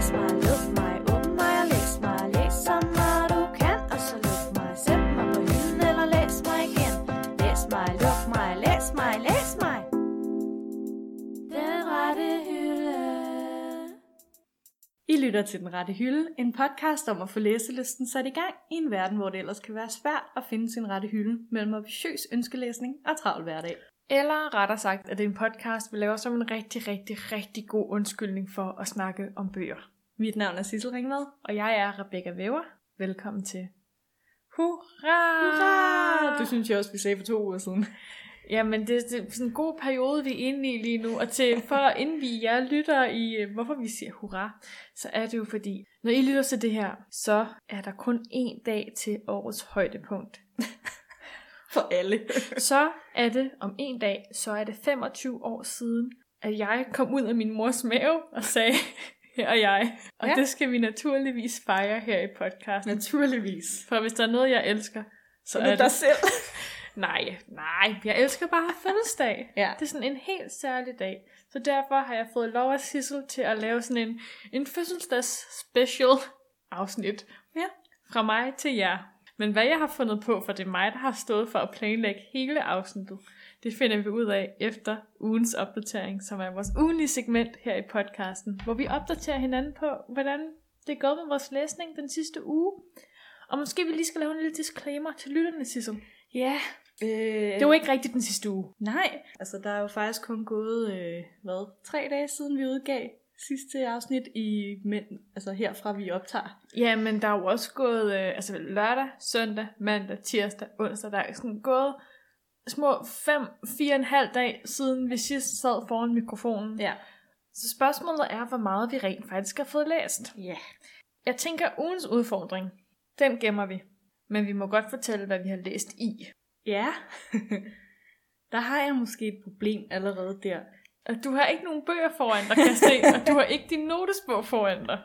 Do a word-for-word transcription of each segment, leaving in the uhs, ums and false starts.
læs mig, luk mig, åbn mig og læs mig. Læs så meget du kan, og så luk mig. Sæt mig på hylden eller læs mig igen. Læs mig, luk mig, læs mig, læs mig. Den rette hylde. I lytter til Den Rette Hylde, en podcast om at få læselysten sat i gang i en verden, hvor det ellers kan være svært at finde sin rette hylde mellem ambitiøs ønskelæsning og travl hverdag. Eller rettere sagt, at det er en podcast, vi laver som en rigtig, rigtig, rigtig god undskyldning for at snakke om bøger. Mit navn er Sissel Ringvad. Og jeg er Rebecca Væver. Velkommen til. Hurra! Hurra! Det synes jeg også, vi sagde for to uger siden. Jamen, det, det er sådan en god periode, vi er inde i lige nu. Og til, for inden vi jer lytter i, hvorfor vi siger hurra, så er det jo fordi, når I lytter til det her, så er der kun én dag til årets højdepunkt. For alle. Så er det om en dag, så er det femogtyve år siden, at jeg kom ud af min mors mave og sagde, her er jeg. Og ja. Det skal vi naturligvis fejre her i podcasten. Naturligvis. For hvis der er noget, jeg elsker, så er det det dig selv. nej, nej, jeg elsker bare fødselsdag. Ja. Det er sådan en helt særlig dag. Så derfor har jeg fået lov af Sissel til at lave sådan en, en fødselsdags special afsnit. Ja. Fra mig til jer. Men hvad jeg har fundet på, for det er mig, der har stået for at planlægge hele afsnittet, det finder vi ud af efter ugens opdatering, som er vores ugenlige segment her i podcasten, hvor vi opdaterer hinanden på, hvordan det er gået med vores læsning den sidste uge. Og måske vi lige skal lave en lille disclaimer til lytterne, Sissel. Ja. Øh, det var ikke rigtigt den sidste uge. Nej, altså der er jo faktisk kun gået, øh, hvad, tre dage siden vi udgav sidste afsnit i, men, altså herfra vi optager. Ja, men der er jo også gået øh, altså lørdag, søndag, mandag, tirsdag, onsdag. Der er sådan gået små fem, fire og en halv dag siden vi sidst sad foran mikrofonen. Ja. Så spørgsmålet er, hvor meget vi rent faktisk har fået læst. Ja. Jeg tænker, ugens udfordring, den gemmer vi. Men vi må godt fortælle, hvad vi har læst i. Ja. Der har jeg måske et problem allerede der. Og du har ikke nogen bøger foran dig, kan jeg se, og du har ikke din notesbog foran dig.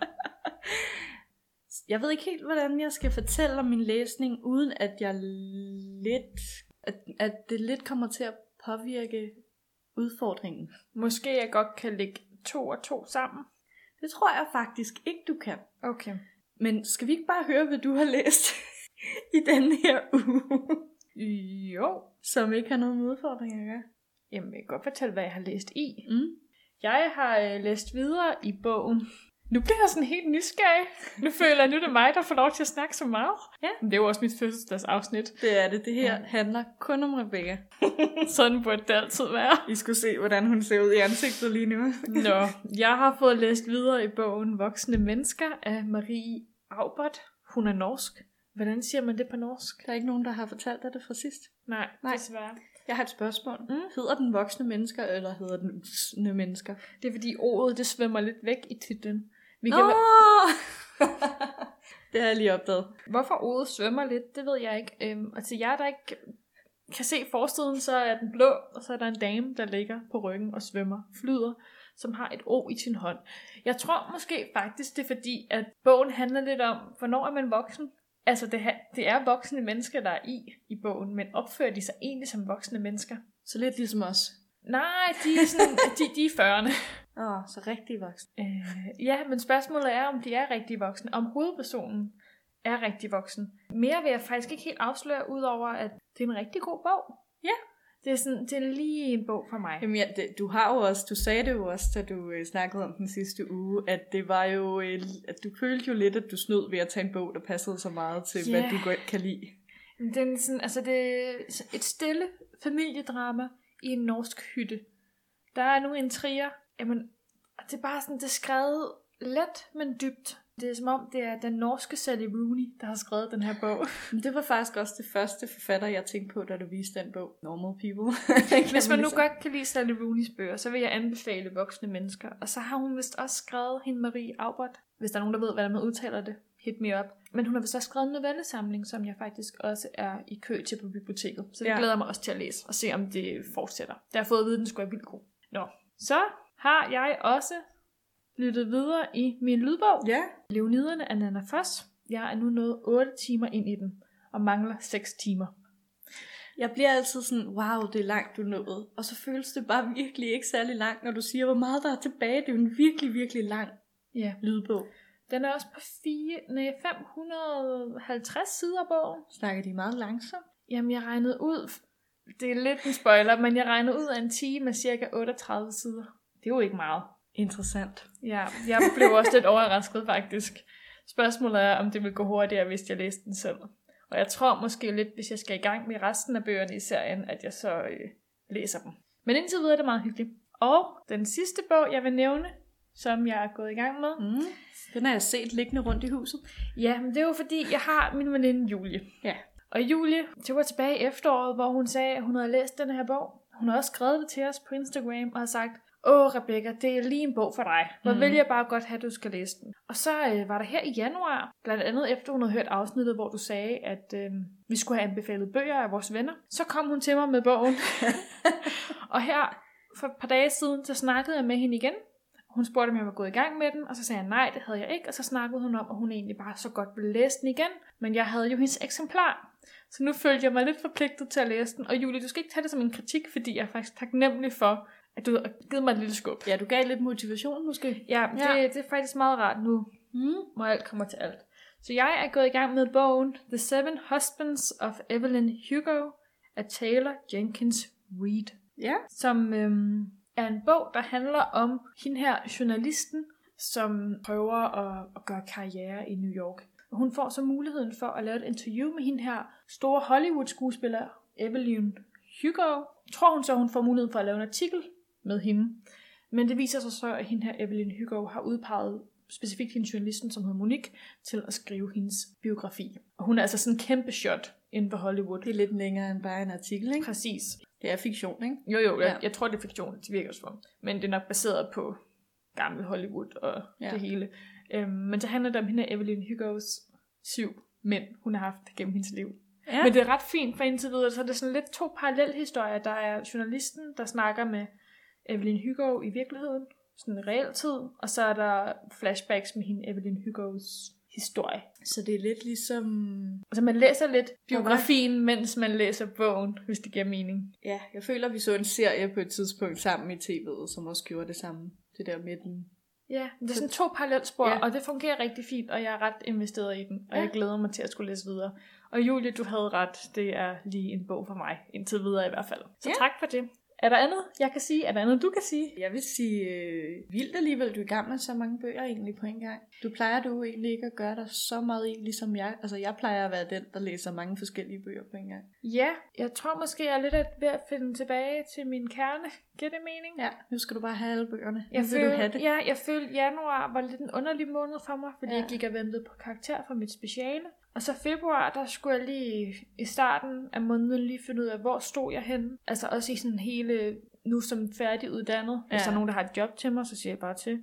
Jeg ved ikke helt, hvordan jeg skal fortælle om min læsning, uden at jeg lidt, at, at det lidt kommer til at påvirke udfordringen. Måske jeg godt kan lægge to og to sammen. Det tror jeg faktisk ikke, du kan. Okay. Men skal vi ikke bare høre, hvad du har læst i denne her uge? Jo. Som ikke har noget med udfordringer at gøre. Jamen, jeg kan godt fortælle, hvad jeg har læst i. Mm. Jeg har øh, læst videre i bogen. Nu bliver jeg sådan helt nysgerrig. Nu føler jeg, nu er det mig, der får lov til at snakke så meget. Ja. Men det er jo også mit fødselsdagsafsnit. Det er det. Det her ja. handler kun om Rebecca. Sådan burde det altid være. I skulle se, hvordan hun ser ud i ansigtet lige nu. Nå, jeg har fået læst videre i bogen Voksne Mennesker af Marie Aubert. Hun er norsk. Hvordan siger man det på norsk? Der er ikke nogen, der har fortalt dig det fra sidst. Nej, Nej. desværre. Jeg har et spørgsmål. Mm. Hedder den voksne mennesker, eller hedder den voksne mennesker? Det er fordi ordet, det svømmer lidt væk i titlen. Vi Nå! kan være... Det har jeg lige opdaget. Hvorfor ordet svømmer lidt, det ved jeg ikke. Øhm, og til jer, der ikke kan se forsiden, så er den blå, og så er der en dame, der ligger på ryggen og svømmer, flyder, som har et O i sin hånd. Jeg tror måske faktisk, det er fordi, at bogen handler lidt om, hvornår er man voksen? Altså, det, det er voksne mennesker, der er i i bogen, men opfører de sig egentlig som voksne mennesker? Så lidt ligesom os. Nej, de er, sådan, de, de er fyrrerne. Åh, oh, så rigtig voksne. Øh, ja, men spørgsmålet er, om de er rigtig voksne. Om hovedpersonen er rigtig voksen. Mere vil jeg faktisk ikke helt afsløre, udover at det er en rigtig god bog. Ja. Det er, sådan, det er lige en bog for mig. Jamen ja, det, du har jo også, du sagde det jo også, da du øh, snakkede om den sidste uge, at det var jo, øh, at du følte jo lidt, at du snød ved at tage en bog, der passede så meget til, yeah. hvad du godt kan lide. Det er, sådan, altså det er et stille familiedrama i en norsk hytte. Der er nogle intriger. Jamen, det er bare sådan, det er skrevet let, men dybt. Det er som om, det er den norske Sally Rooney, der har skrevet den her bog. Men det var faktisk også det første forfatter, jeg tænkte på, da du viste den bog. Normal People. Hvis man nu godt kan lide Sally Rooneys bøger, så vil jeg anbefale Voksne Mennesker. Og så har hun vist også skrevet hende Marie Aubert. Hvis der er nogen, der ved, hvordan man udtaler det, hit me up. Men hun har vist også skrevet en novellesamling, som jeg faktisk også er i kø til på biblioteket. Så det ja. glæder mig også til at læse og se, om det fortsætter. Der har jeg fået at vide, at den skulle være vildt god. Nå, så har jeg også lyttet videre i min lydbog. Ja. Leoniderne af Nanna Foss. Jeg er nu nået otte timer ind i den, og mangler seks timer. Jeg bliver altid sådan, wow, det er langt du nåede. Og så føles det bare virkelig ikke særlig langt, når du siger, hvor meget der er tilbage. Det er jo en virkelig, virkelig lang Ja. lydbog. Den er også på fire, nej, fem hundrede og halvtreds sider bogen. Snakker de meget langsomt? Jamen, jeg regnede ud, det er lidt en spoiler, men jeg regnede ud af en time med cirka otteogtredive sider. Det er jo ikke meget. Interessant. Ja, jeg blev også lidt overrasket faktisk. Spørgsmålet er, om det vil gå hurtigere, hvis jeg læste den selv. Og jeg tror måske lidt, hvis jeg skal i gang med resten af bøgerne i serien, at jeg så øh, læser dem. Men indtil videre er det meget hyggeligt. Og den sidste bog, jeg vil nævne, som jeg er gået i gang med. Mm. Den har jeg set liggende rundt i huset. Ja, men det er jo fordi, jeg har min veninde Julie. Ja. Og Julie, det var tilbage i efteråret, hvor hun sagde, at hun havde læst den her bog. Hun har også skrevet det til os på Instagram og har sagt, åh Rebecca, det er lige en bog for dig. Hvor mm. vil jeg bare godt have, at du skal læse den. Og så øh, var der her i januar, blandt andet efter hun havde hørt afsnittet, hvor du sagde, at øh, vi skulle have anbefalet bøger af vores venner. Så kom hun til mig med bogen. Og her for et par dage siden, så snakkede jeg med hende igen. Hun spurgte, om jeg var gået i gang med den, og så sagde jeg, nej, det havde jeg ikke. Og så snakkede hun om, at hun egentlig bare så godt ville læse den igen. Men jeg havde jo hendes eksemplar. Så nu følte jeg mig lidt forpligtet til at læse den. Og Julie, du skal ikke tage det som en kritik, fordi jeg er faktisk taknemmelig for, at du har givet mig et lille skub. Ja, du gav lidt motivation måske. Ja, det, ja. det er faktisk meget rart nu, mm. hvor alt kommer til alt. Så jeg er gået i gang med bogen The Seven Husbands of Evelyn Hugo af Taylor Jenkins Reid. Ja. Som øhm, er en bog, der handler om hende her journalisten, som prøver at, at gøre karriere i New York. Og hun får så muligheden for at lave et interview med hende her store Hollywood-skuespiller, Evelyn Hugo. Tror hun så, hun får muligheden for at lave en artikel med hende. Men det viser sig så, at hende her Evelyn Hugo har udpeget specifikt hende journalisten, som hedder Monique, til at skrive hendes biografi. Og hun er altså sådan en kæmpe shot inden for Hollywood. Det er lidt længere end bare en artikel, ikke? Præcis. Det er fiktion, ikke? Jo, jo, jeg, ja. jeg tror, det er fiktion. Det virker også for. Men det er nok baseret på gammel Hollywood og ja. det hele. Øhm, men så handler det om hende her Evelyn Hugos syv mænd, hun har haft gennem hendes liv. Ja. Men det er ret fint for indtil videre, så er det sådan lidt to parallelle historier. Der er journalisten, der snakker med Evelyn Hugo i virkeligheden, sådan i realtid, og så er der flashbacks med hende Evelyn Hugos historie. Så det er lidt ligesom... Altså man læser lidt biografien, mens man læser bogen, hvis det giver mening. Ja, jeg føler, vi så en serie på et tidspunkt sammen i tv'et, som også gjorde det samme. Det der med den. Ja, det er sådan to parallelspor, ja. Og det fungerer rigtig fint, og jeg er ret investeret i den, og ja. Jeg glæder mig til at skulle læse videre. Og Julie, du havde ret, det er lige en bog for mig, indtil videre i hvert fald. Så ja. Tak for det. Er der andet, jeg kan sige? Er der andet, du kan sige? Jeg vil sige, øh, vildt alligevel, du er i gang med så mange bøger egentlig på en gang. Du plejer du egentlig ikke at gøre dig så meget i, ligesom jeg. Altså, jeg plejer at være den, der læser mange forskellige bøger på en gang. Ja, jeg tror måske, jeg er lidt ved at finde tilbage til min kerne. Giver det mening? Ja, nu skal du bare have alle bøgerne. Jeg nu føl, vil du have det. Ja, jeg følte, januar var lidt en underlig måned for mig, fordi ja. Jeg gik og ventede på karakter for mit speciale. Og så februar, der skulle jeg lige i starten af måneden lige finde ud af, hvor stod jeg henne. Altså også i sådan hele, nu som færdiguddannet. Ja. Hvis der er nogen, der har et job til mig, så siger jeg bare til.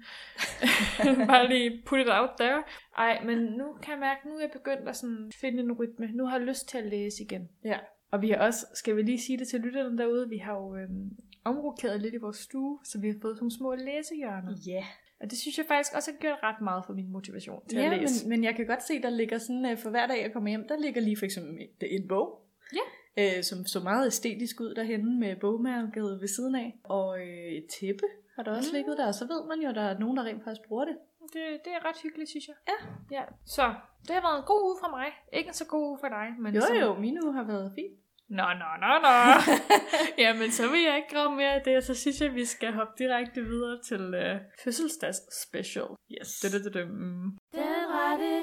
Bare lige put it out there. Ej, men nu kan jeg mærke, nu er jeg begyndt at sådan finde en rytme. Nu har jeg lyst til at læse igen. Ja. Og vi har også, skal vi lige sige det til lytterne derude, vi har jo øhm, omrokeret lidt i vores stue, så vi har fået sådan små læsehjørner. Ja. Yeah. Og det synes jeg faktisk også har gjort ret meget for min motivation til ja, at læse. Men, men jeg kan godt se, der ligger sådan, for hver dag jeg kommer hjem, der ligger lige for eksempel en bog. Ja. Øh, som så meget æstetisk ud derhenne med bogmærket ved siden af. Og øh, et tæppe har der også mm. ligget der, og så ved man jo, at der er nogen, der rent faktisk bruger det. det. Det er ret hyggeligt, synes jeg. Ja. ja. Så det har været en god uge for mig. Ikke en så god uge for dig. Men jo som... jo, min uge har været fint. Nå, nå, nå, nå. Jamen, så vil jeg ikke grave mere af det, og så synes jeg, at vi skal hoppe direkte videre til uh, fødselsdags special. Yes. Mm. Den rette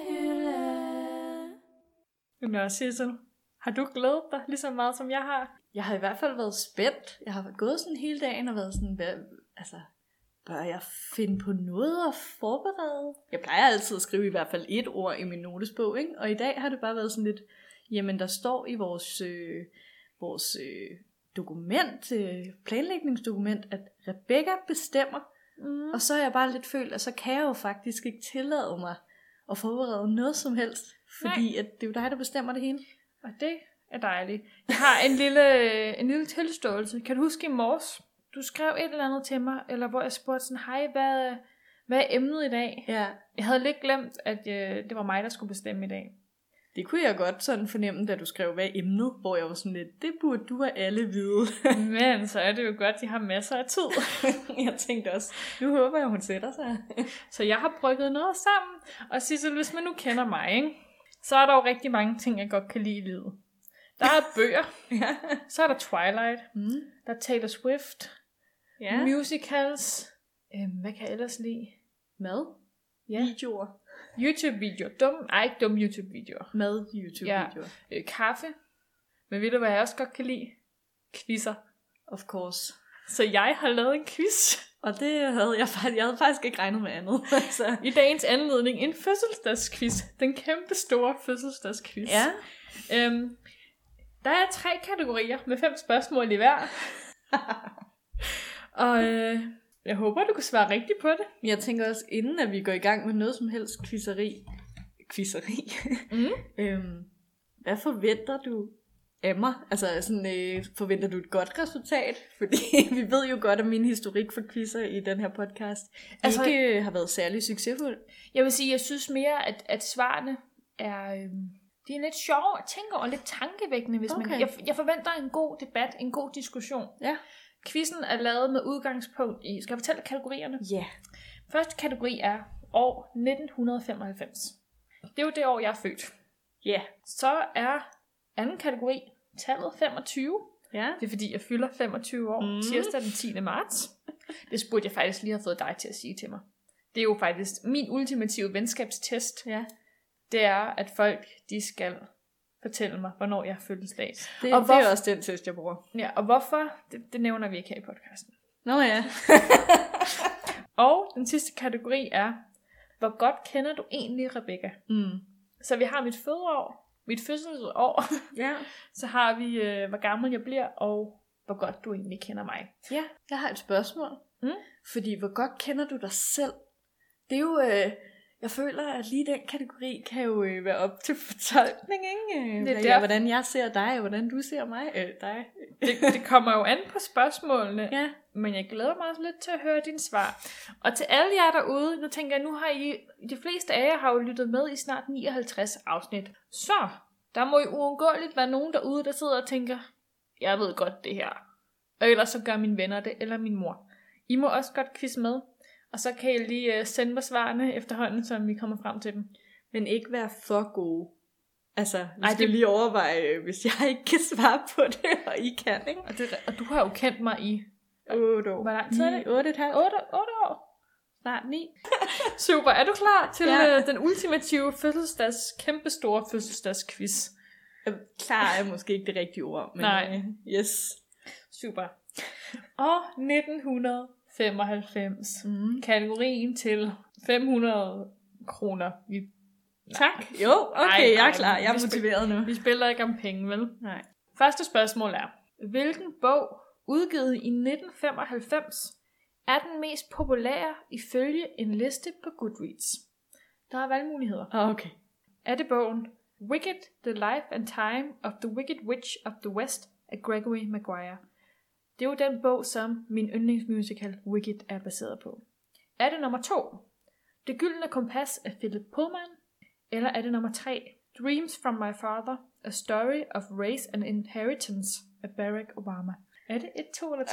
hylde. Nå, Sissel, har du glædet dig lige så meget, som jeg har? Jeg har i hvert fald været spændt. Jeg har gået sådan hele dagen og været sådan, hvad, altså, bør jeg finde på noget at forberede? Jeg plejer altid at skrive i hvert fald et ord i min notesbog, ikke? Og i dag har det bare været sådan lidt, jamen der står i vores, øh, vores øh, dokument, øh, planlægningsdokument, at Rebecca bestemmer. Mm. Og så er jeg bare lidt følt, at så kan jeg jo faktisk ikke tillade mig at forberede noget som helst. Fordi at det er jo dig, der bestemmer det hele. Og det er dejligt. Jeg har en lille, en lille tilståelse. Kan du huske i morges? Du skrev et eller andet til mig, eller hvor jeg spurgte sådan, hej, hvad, hvad er emnet i dag? Ja. Jeg havde lidt glemt, at øh, det var mig, der skulle bestemme i dag. Det kunne jeg godt sådan fornemme, da du skrev, hvad er emnet, hvor jeg var sådan lidt, det burde du og alle vide. Men så er det jo godt, at de har masser af tid. Jeg tænkte også, nu håber jeg, hun sætter sig. Så jeg har brygget noget sammen. Og Sissel, hvis man nu kender mig, ikke? Så er der jo rigtig mange ting, jeg godt kan lide i livet. Der er bøger. Ja. Så er der Twilight. Mm. Der er Taylor Swift. Ja. Musicals. Øhm, hvad kan jeg ellers lide? Mad. Ja. Videoer. YouTube-videoer. Dum, ej, ikke dumme YouTube-videoer. Mad YouTube-videoer. Ja. Øh, kaffe. Men ved du, hvad jeg også godt kan lide? Quizzer. Of course. Så jeg har lavet en quiz. Og det havde jeg faktisk, jeg havde faktisk ikke regnet med andet. Så. I dagens anledning en fødselsdagsquiz. Den kæmpe store fødselsdagsquiz. Ja. Øhm, der er tre kategorier med fem spørgsmål i hver. Og øh, jeg håber, du kan svare rigtigt på det. Jeg tænker også, inden at vi går i gang med noget som helst quizzeri. Quizzeri. Mm. øhm, hvad forventer du af mig? Altså sådan, øh, forventer du et godt resultat? Fordi vi ved jo godt, at min historik for quizzer i den her podcast altså, ikke øh, har været særlig succesfuld. Jeg vil sige, jeg synes mere, at, at svarene er... Øh, de er lidt sjove at tænke over, lidt tankevækkende, hvis okay. man... Jeg, jeg forventer en god debat, en god diskussion. Ja. Quizzen er lavet med udgangspunkt i... Skal jeg fortælle kategorierne? Ja. Yeah. Første kategori er år nitten femoghalvfems. Det er jo det år, jeg er født. Ja. Yeah. Så er anden kategori tallet femogtyve. Ja. Det er fordi, jeg fylder femogtyve år mm. tirsdag den tiende marts. Det burde jeg faktisk lige have fået dig til at sige til mig. Det er jo faktisk min ultimative venskabstest. Ja. Det er, at folk, de skal fortælle mig, hvornår jeg har fødselsdag. Det, og det er også den test, jeg bruger. Ja, og hvorfor, det, det nævner vi ikke her i podcasten. Nå ja. Og den sidste kategori er, hvor godt kender du egentlig Rebecca? Mm. Så vi har mit fødeår, mit fødselsår. Ja. Så har vi, øh, hvor gammel jeg bliver, og hvor godt du egentlig kender mig. Ja, jeg har et spørgsmål. Mm? Fordi, hvor godt kender du dig selv? Det er jo... Øh, jeg føler, at lige den kategori kan jo øh, være op til fortolkning, ikke? Øh, det er der... Hvordan jeg ser dig, og hvordan du ser mig. Øh, dig. det, det kommer jo an på spørgsmålene. Ja. Men jeg glæder mig også lidt til at høre dine svar. Og til alle jer derude, nu tænker jeg, nu har I, de fleste af jer har jo lyttet med i snart nioghalvtreds afsnit. Så, der må jo uundgåeligt være nogen derude, der sidder og tænker, jeg ved godt det her. Og ellers så gør mine venner det, eller min mor. I må også godt quizze med. Og så kan I lige uh, sende mig svarene efterhånden, som vi kommer frem til dem. Men ikke være for gode. Altså, vi Ej, skal det... lige overveje, hvis jeg ikke kan svare på det, og I kan, ikke? Og, det, og du har jo kendt mig i... otte år. Hvor lang tid er det? otte og et halvt. otte år. Snart ni. Super, er du klar til ja. uh, den ultimative fødselsdags, kæmpestore fødselsdagsquiz? Klar er måske ikke det rigtige ord, men nej. Yes. Super. Og nitten femoghalvfems. Mm. Kategorien til fem hundrede kroner. Vi... Tak. Jo, okay, nej, jeg er klar. Jeg er motiveret nu. Vi spiller ikke om penge, vel? Nej. Første spørgsmål er, hvilken bog, udgivet i nitten femoghalvfems, er den mest populære ifølge en liste på Goodreads? Der er valgmuligheder. Okay. Er det bogen Wicked, The Life and Time of the Wicked Witch of the West af Gregory Maguire? Det er jo den bog, som min yndlingsmusical Wicked er baseret på. Er det nummer to, Det gyldne kompas af Philip Pullman? Eller er det nummer tre, Dreams from My Father, A Story of Race and Inheritance af Barack Obama? Er det et, to eller tre?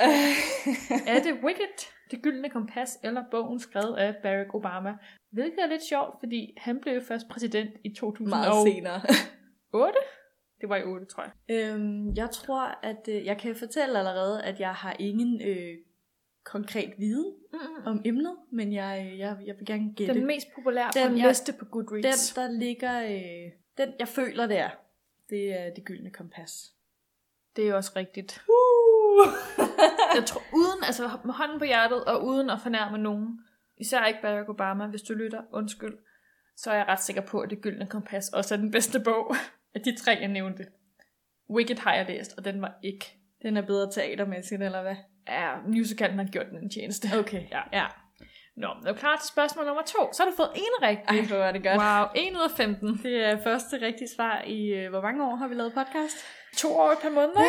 Er det Wicked, Det gyldne kompas, eller bogen skrevet af Barack Obama? Hvilket er lidt sjovt, fordi han blev først præsident i to tusind og otte. Meget senere. Det var i otte, tror jeg. Øhm, jeg tror, at øh, jeg kan fortælle allerede, at jeg har ingen øh, konkret viden Mm-hmm. om emnet, men jeg, jeg, jeg vil gerne gætte. Den mest populære Den, på en jeg- liste på Goodreads. Den, der ligger... Øh, den, jeg føler, det er. Det er Det gyldne kompas. Det er også rigtigt. Uh! Jeg tror, uden, altså med hånden på hjertet, og uden at fornærme nogen, især ikke Barack Obama, hvis du lytter, undskyld, så er jeg ret sikker på, at Det gyldne kompas også er den bedste bog af de tre, jeg nævnte. Wicked har jeg læst, og den var ikke. Den er bedre teatermæssigt, eller hvad? Ja, musicalen har gjort den en tjeneste. Okay. Ja. ja. Nå, er du klar til spørgsmål nummer to? Så har du fået en rigtig. Ej, hvor var det godt. Wow, en ud af femten. Det er første rigtige svar i, øh, hvor mange år har vi lavet podcast? To år et par måneder.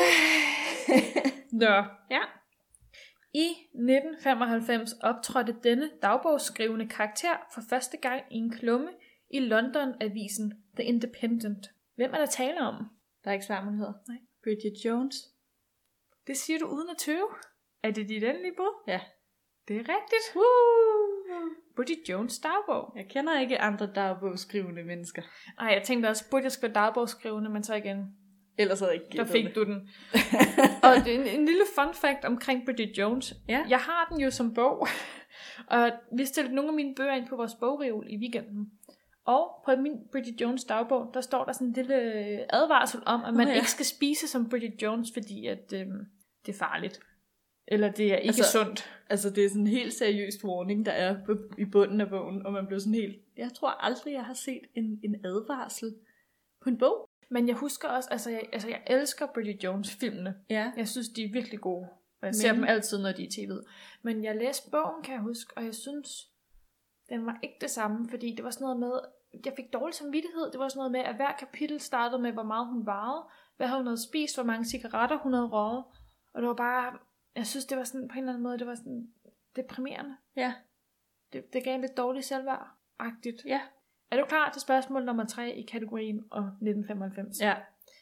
Nå. Ja. I nitten femoghalvfems optrådte denne dagbogsskrivende karakter for første gang i en klumme i London-avisen The Independent. Hvem er der tale om? Der er ikke svarmuligheder. Nej. Bridget Jones. Det siger du uden at tøve. Er det dit endelige bud? Ja. Det er rigtigt. Woo! Bridget Jones dagbog. Jeg kender ikke andre dagbogskrivende mennesker. Ej, jeg tænkte også, burde jeg skrive dagbogskrivende, men så igen, Ellers havde jeg ikke der gættet fik det. du den. Og det er en, en lille fun fact omkring Bridget Jones. Ja. Jeg har den jo som bog, og vi stillede nogle af mine bøger ind på vores bogreol i weekenden. Og på min Bridget Jones dagbog, der står der sådan en lille advarsel om, at man Nå ja. ikke skal spise som Bridget Jones, fordi at, øhm, det er farligt. Eller det er ikke Altså, sundt. Altså det er sådan en helt seriøst warning, der er på, i bunden af bogen, og man bliver sådan helt... Jeg tror aldrig, jeg har set en, en advarsel på en bog. Men jeg husker også, altså jeg, altså jeg elsker Bridget Jones-filmene. Ja. Jeg synes, de er virkelig gode. Og jeg Men- ser dem altid, når de er i tv'et. Men jeg læste bogen, kan jeg huske, og jeg synes, den var ikke det samme, fordi det var sådan noget med, jeg fik dårlig samvittighed. Det var sådan noget med, at hver kapitel startede med, hvor meget hun varede, hvad hun havde spist, hvor mange cigaretter hun havde røget. Og det var bare, jeg synes, det var sådan, på en eller anden måde, det var sådan deprimerende. Ja. Det, det gav en lidt dårlig selvværd-agtigt. Ja. Er du klar til spørgsmål nummer tre i kategorien og nitten femoghalvfems? Ja.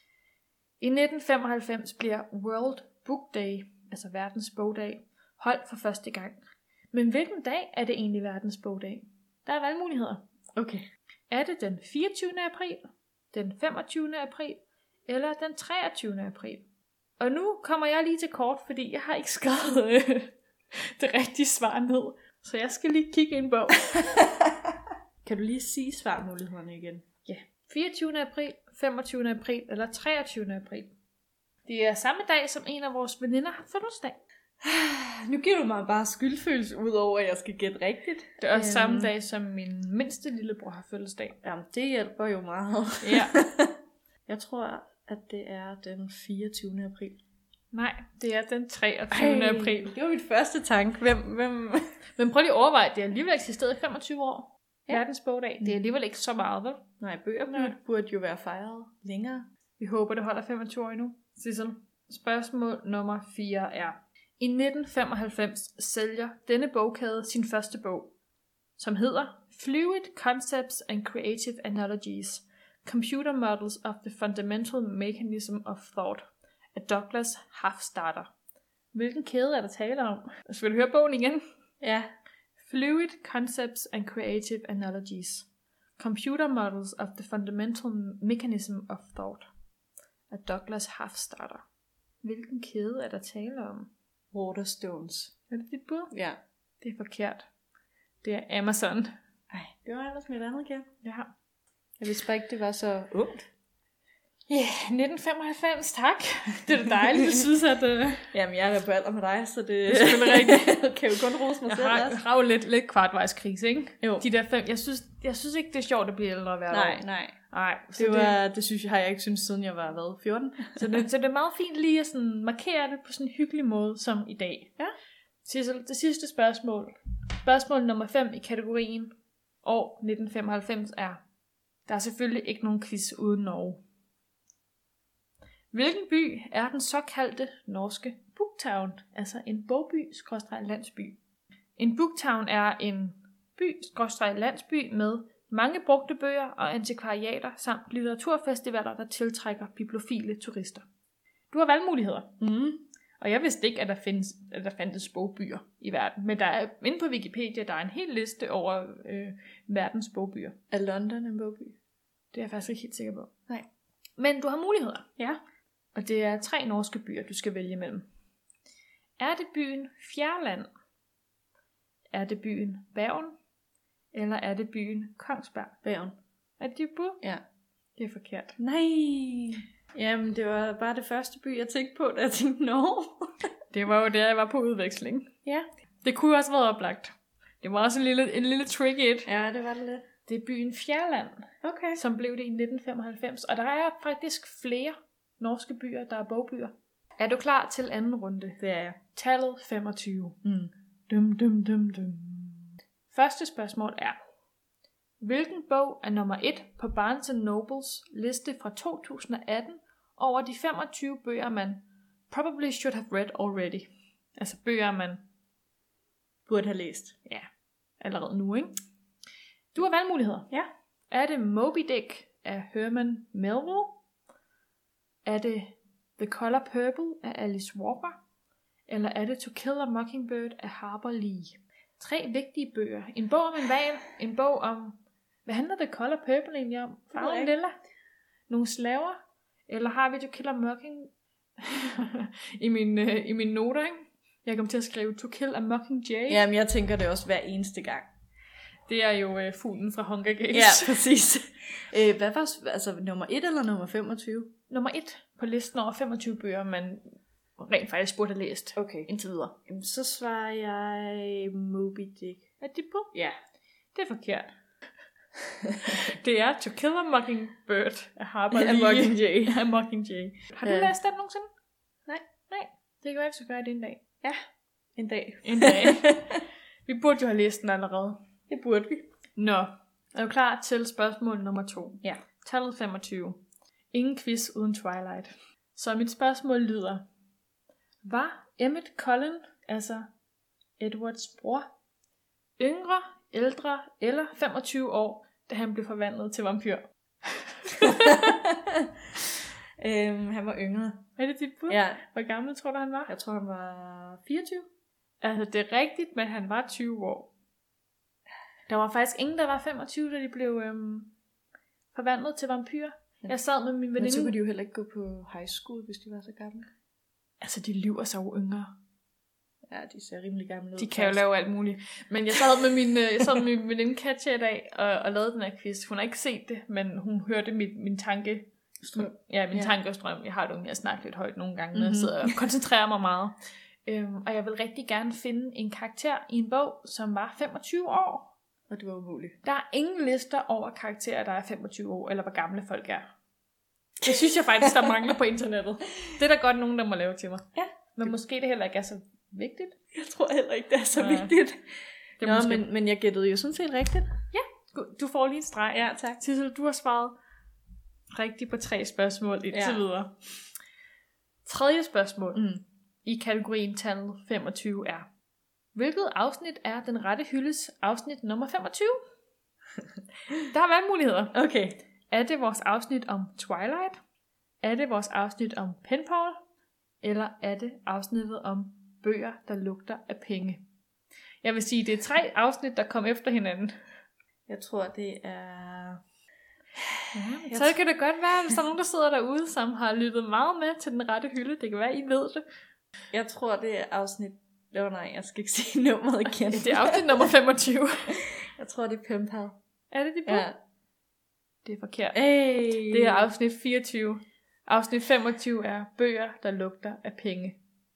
I nitten femoghalvfems bliver World Book Day, altså verdens bogdag, holdt for første gang. Men hvilken dag er det egentlig verdens bogdag? Der er valgmuligheder. Okay. Er det den fireogtyvende april, den femogtyvende april eller den treogtyvende april? Og nu kommer jeg lige til kort, fordi jeg har ikke skrevet øh, det rigtige svar ned. Så jeg skal lige kigge i en bog. Kan du lige sige svarmulighederne igen? Ja, fireogtyvende april, femogtyvende april eller treogtyvende april. Det er samme dag, som en af vores veninder har fødselsdag. Nu giver du mig bare skyldfølelse ud over, at jeg skal gætte rigtigt. Det er også Øhm. samme dag, som min mindste lillebror har fødselsdag. Jamen, det hjælper jo meget. Ja. Jeg tror, at det er den fireogtyvende april. Nej, det er den treogtyvende april. Det var mit første tanke. Hvem, hvem? Men prøv lige at overveje, det har alligevel eksisteret i femogtyve år. Ja. Ja. Verdens bogdag. Det er alligevel ikke så meget, vel? Nej, bøger Nej. burde, burde jo være fejret længere. Vi håber, det holder femogtyve år endnu. Sissel. Spørgsmål nummer fire er: I nitten femoghalvfems sælger denne bogkæde sin første bog, som hedder Fluid Concepts and Creative Analogies, Computer Models of the Fundamental Mechanism of Thought af Douglas Hofstadter. Hvilken kæde er der tale om? Så vil du høre bogen igen? Ja. Fluid Concepts and Creative Analogies, Computer Models of the Fundamental Mechanism of Thought af Douglas Hofstadter. Hvilken kæde er der tale om? Waterstones. Er det dit bud? Ja. Det er forkert. Det er Amazon. Ej, det var ellers mit andet igen. Ja. Jeg vidste bare ikke, det var så ungt. Ja, yeah, nitten femoghalvfems, tak. Det er da dejligt, jeg synes, at... Uh, Jamen, jeg er da på alder med dig, så det, det er selvfølgelig rigtigt. kan jo kun rose mig Jeg selv har, også. har jo lidt, lidt kvartvejskrise, ikke? Jo. De der fem, jeg synes, jeg synes ikke, det er sjovt at blive ældre hver Nej, år. nej. Nej, så Det, var, det synes jeg, har jeg ikke synes siden jeg var hvad, fjorten. Så det, så det er meget fint lige at sådan markere det på sådan en hyggelig måde som i dag. Ja. Sissel, det sidste spørgsmål. Spørgsmål nummer fem i kategorien år nitten femoghalvfems er: der er selvfølgelig ikke nogen quiz uden Norge. Hvilken by er den såkaldte norske Booktown, altså en bogby-landsby? En booktown er en by-landsby med mange brugte bøger og antikvariater samt litteraturfestivaler, der tiltrækker bibliofile turister. Du har valgmuligheder. Mm. Og jeg vidste ikke, at der, findes, at der fandtes bogbyer i verden. Men der er inde på Wikipedia, der er en hel liste over øh, verdens bogbyer. Er London en bogby? Det er jeg faktisk ikke helt sikker på. Nej. Men du har muligheder. Ja. Og det er tre norske byer, du skal vælge mellem. Er det byen Fjærland? Er det byen Bergen? Eller er det byen Kongsberg? Bergen. Er det dit bud? Ja. Det er forkert. Nej. Jamen, det var bare det første by, jeg tænkte på, da jeg tænkte Norge. Det var jo der, jeg var på udveksling. Ja. Det kunne jo også have været oplagt. Det var også en lille, en lille trick it. Ja, det var det lidt. Det er byen Fjærland, Okay. som blev det i nitten femoghalvfems. Og der er faktisk flere norske byer, der er bogbyer. Er du klar til anden runde? Det er jeg. Tallet femogtyve. Mm. Dum, dum, dum, dum. Første spørgsmål er: hvilken bog er nummer et på Barnes and Nobles liste fra to tusind atten over de femogtyve bøger, man probably should have read already? Altså bøger, man Burde have læst. ja, allerede nu, ikke? Du har valgmuligheder. Ja. Er det Moby Dick? af Herman Melville? Er det The Color Purple af Alice Walker? Eller er det To Kill a Mockingbird af Harper Lee? Tre vigtige bøger. En bog om en hval, en bog om... Hvad handler The Color Purple egentlig om? Farven lilla? Nogle slaver? Eller har vi To Kill a Mocking... I, min, øh, I mine noter, ikke? Jeg kom til at skrive To Kill a Mockingjay. Jamen, jeg tænker det også hver eneste gang. Det er jo øh, fuglen fra Hunger Games. Ja, præcis. øh, hvad var altså nummer et eller nummer femogtyve? Nummer et på listen over femogtyve bøger, man rent faktisk burde have læst. Okay. Indtil videre. Jamen, så svarer jeg Moby Dick. Er det på? Ja. Det er forkert. Det er To Kill a Mockingbird af Harper Lee. Af Mockingjay. Af Mockingjay. Har du Ja. læst den nogensinde? Nej. Nej. Det kan være, at vi skal gøre det en dag. Ja, en dag. En dag. Vi burde jo have læst den allerede. Det burde vi. Nå. Er du klar til spørgsmål nummer to? Ja. Tallet femogtyve. Ingen quiz uden Twilight. Så mit spørgsmål lyder. Var Emmett Cullen, altså Edwards bror, yngre, ældre eller femogtyve år, da han blev forvandlet til vampyr? øhm, han var yngre. Er det dit bud? Ja. Hvor gammel tror du, han var? Jeg tror, han var fireogtyve. Altså, det er rigtigt, men han var tyve år. Der var faktisk ingen, der var femogtyve, da de blev øhm, forvandlet til vampyr. Ja. Jeg sad med min veninde. Men så kunne de jo heller ikke gå på high school, hvis de var så gamle. Altså, de lyver så jo yngre. Ja, de ser rimelig gamle ud. De kan jo lave alt muligt. Men jeg sad med min, jeg sad med min veninde Katja i dag, og, og lavede den her quiz. Hun har ikke set det, men hun hørte mit, min tanke... Strøm. Ja, min Ja. tankestrøm. Jeg har det jo med at snakke lidt højt nogle gange, når Mhm. jeg sidder og koncentrerer mig meget. Øhm, og jeg vil rigtig gerne finde en karakter i en bog, som var femogtyve år. Og det var umuligt. Der er ingen lister over karakterer, der er femogtyve år, eller hvor gamle folk er. Det synes jeg faktisk, der mangler på internettet. Det er der godt nogen, der må lave til mig. Ja. Men måske det heller ikke er så vigtigt. Jeg tror heller ikke, det er så Nej. vigtigt. Det Nå, måske... men, men jeg gættede jo sådan set rigtigt. Du får lige en streg. Ja, tak. Tissel, du har svaret rigtigt på tre spørgsmål indtil Ja. videre. Tredje spørgsmål Mm. i kategorien tallet femogtyve er: hvilket afsnit er Den Rette Hyldes afsnit nummer femogtyve? Der er valgmuligheder. Okay. Er det vores afsnit om Twilight? Er det vores afsnit om Penpawl? Eller er det afsnittet om bøger, der lugter af penge? Jeg vil sige, det er tre afsnit, der kom efter hinanden. Jeg tror, det er... Så det kan det godt være, hvis der er nogen, der sidder derude, som har lyttet meget med til Den Rette Hylde. Det kan være, I ved det. Jeg tror, det er afsnit... Nå nej, jeg skal ikke sige nummeret igen. Det er afsnit nummer femogtyve. Jeg tror, det er Penpal. Er det det på? Ja. Det er forkert. Hey. Det er afsnit fireogtyve. Afsnit femogtyve er bøger, der lugter af penge.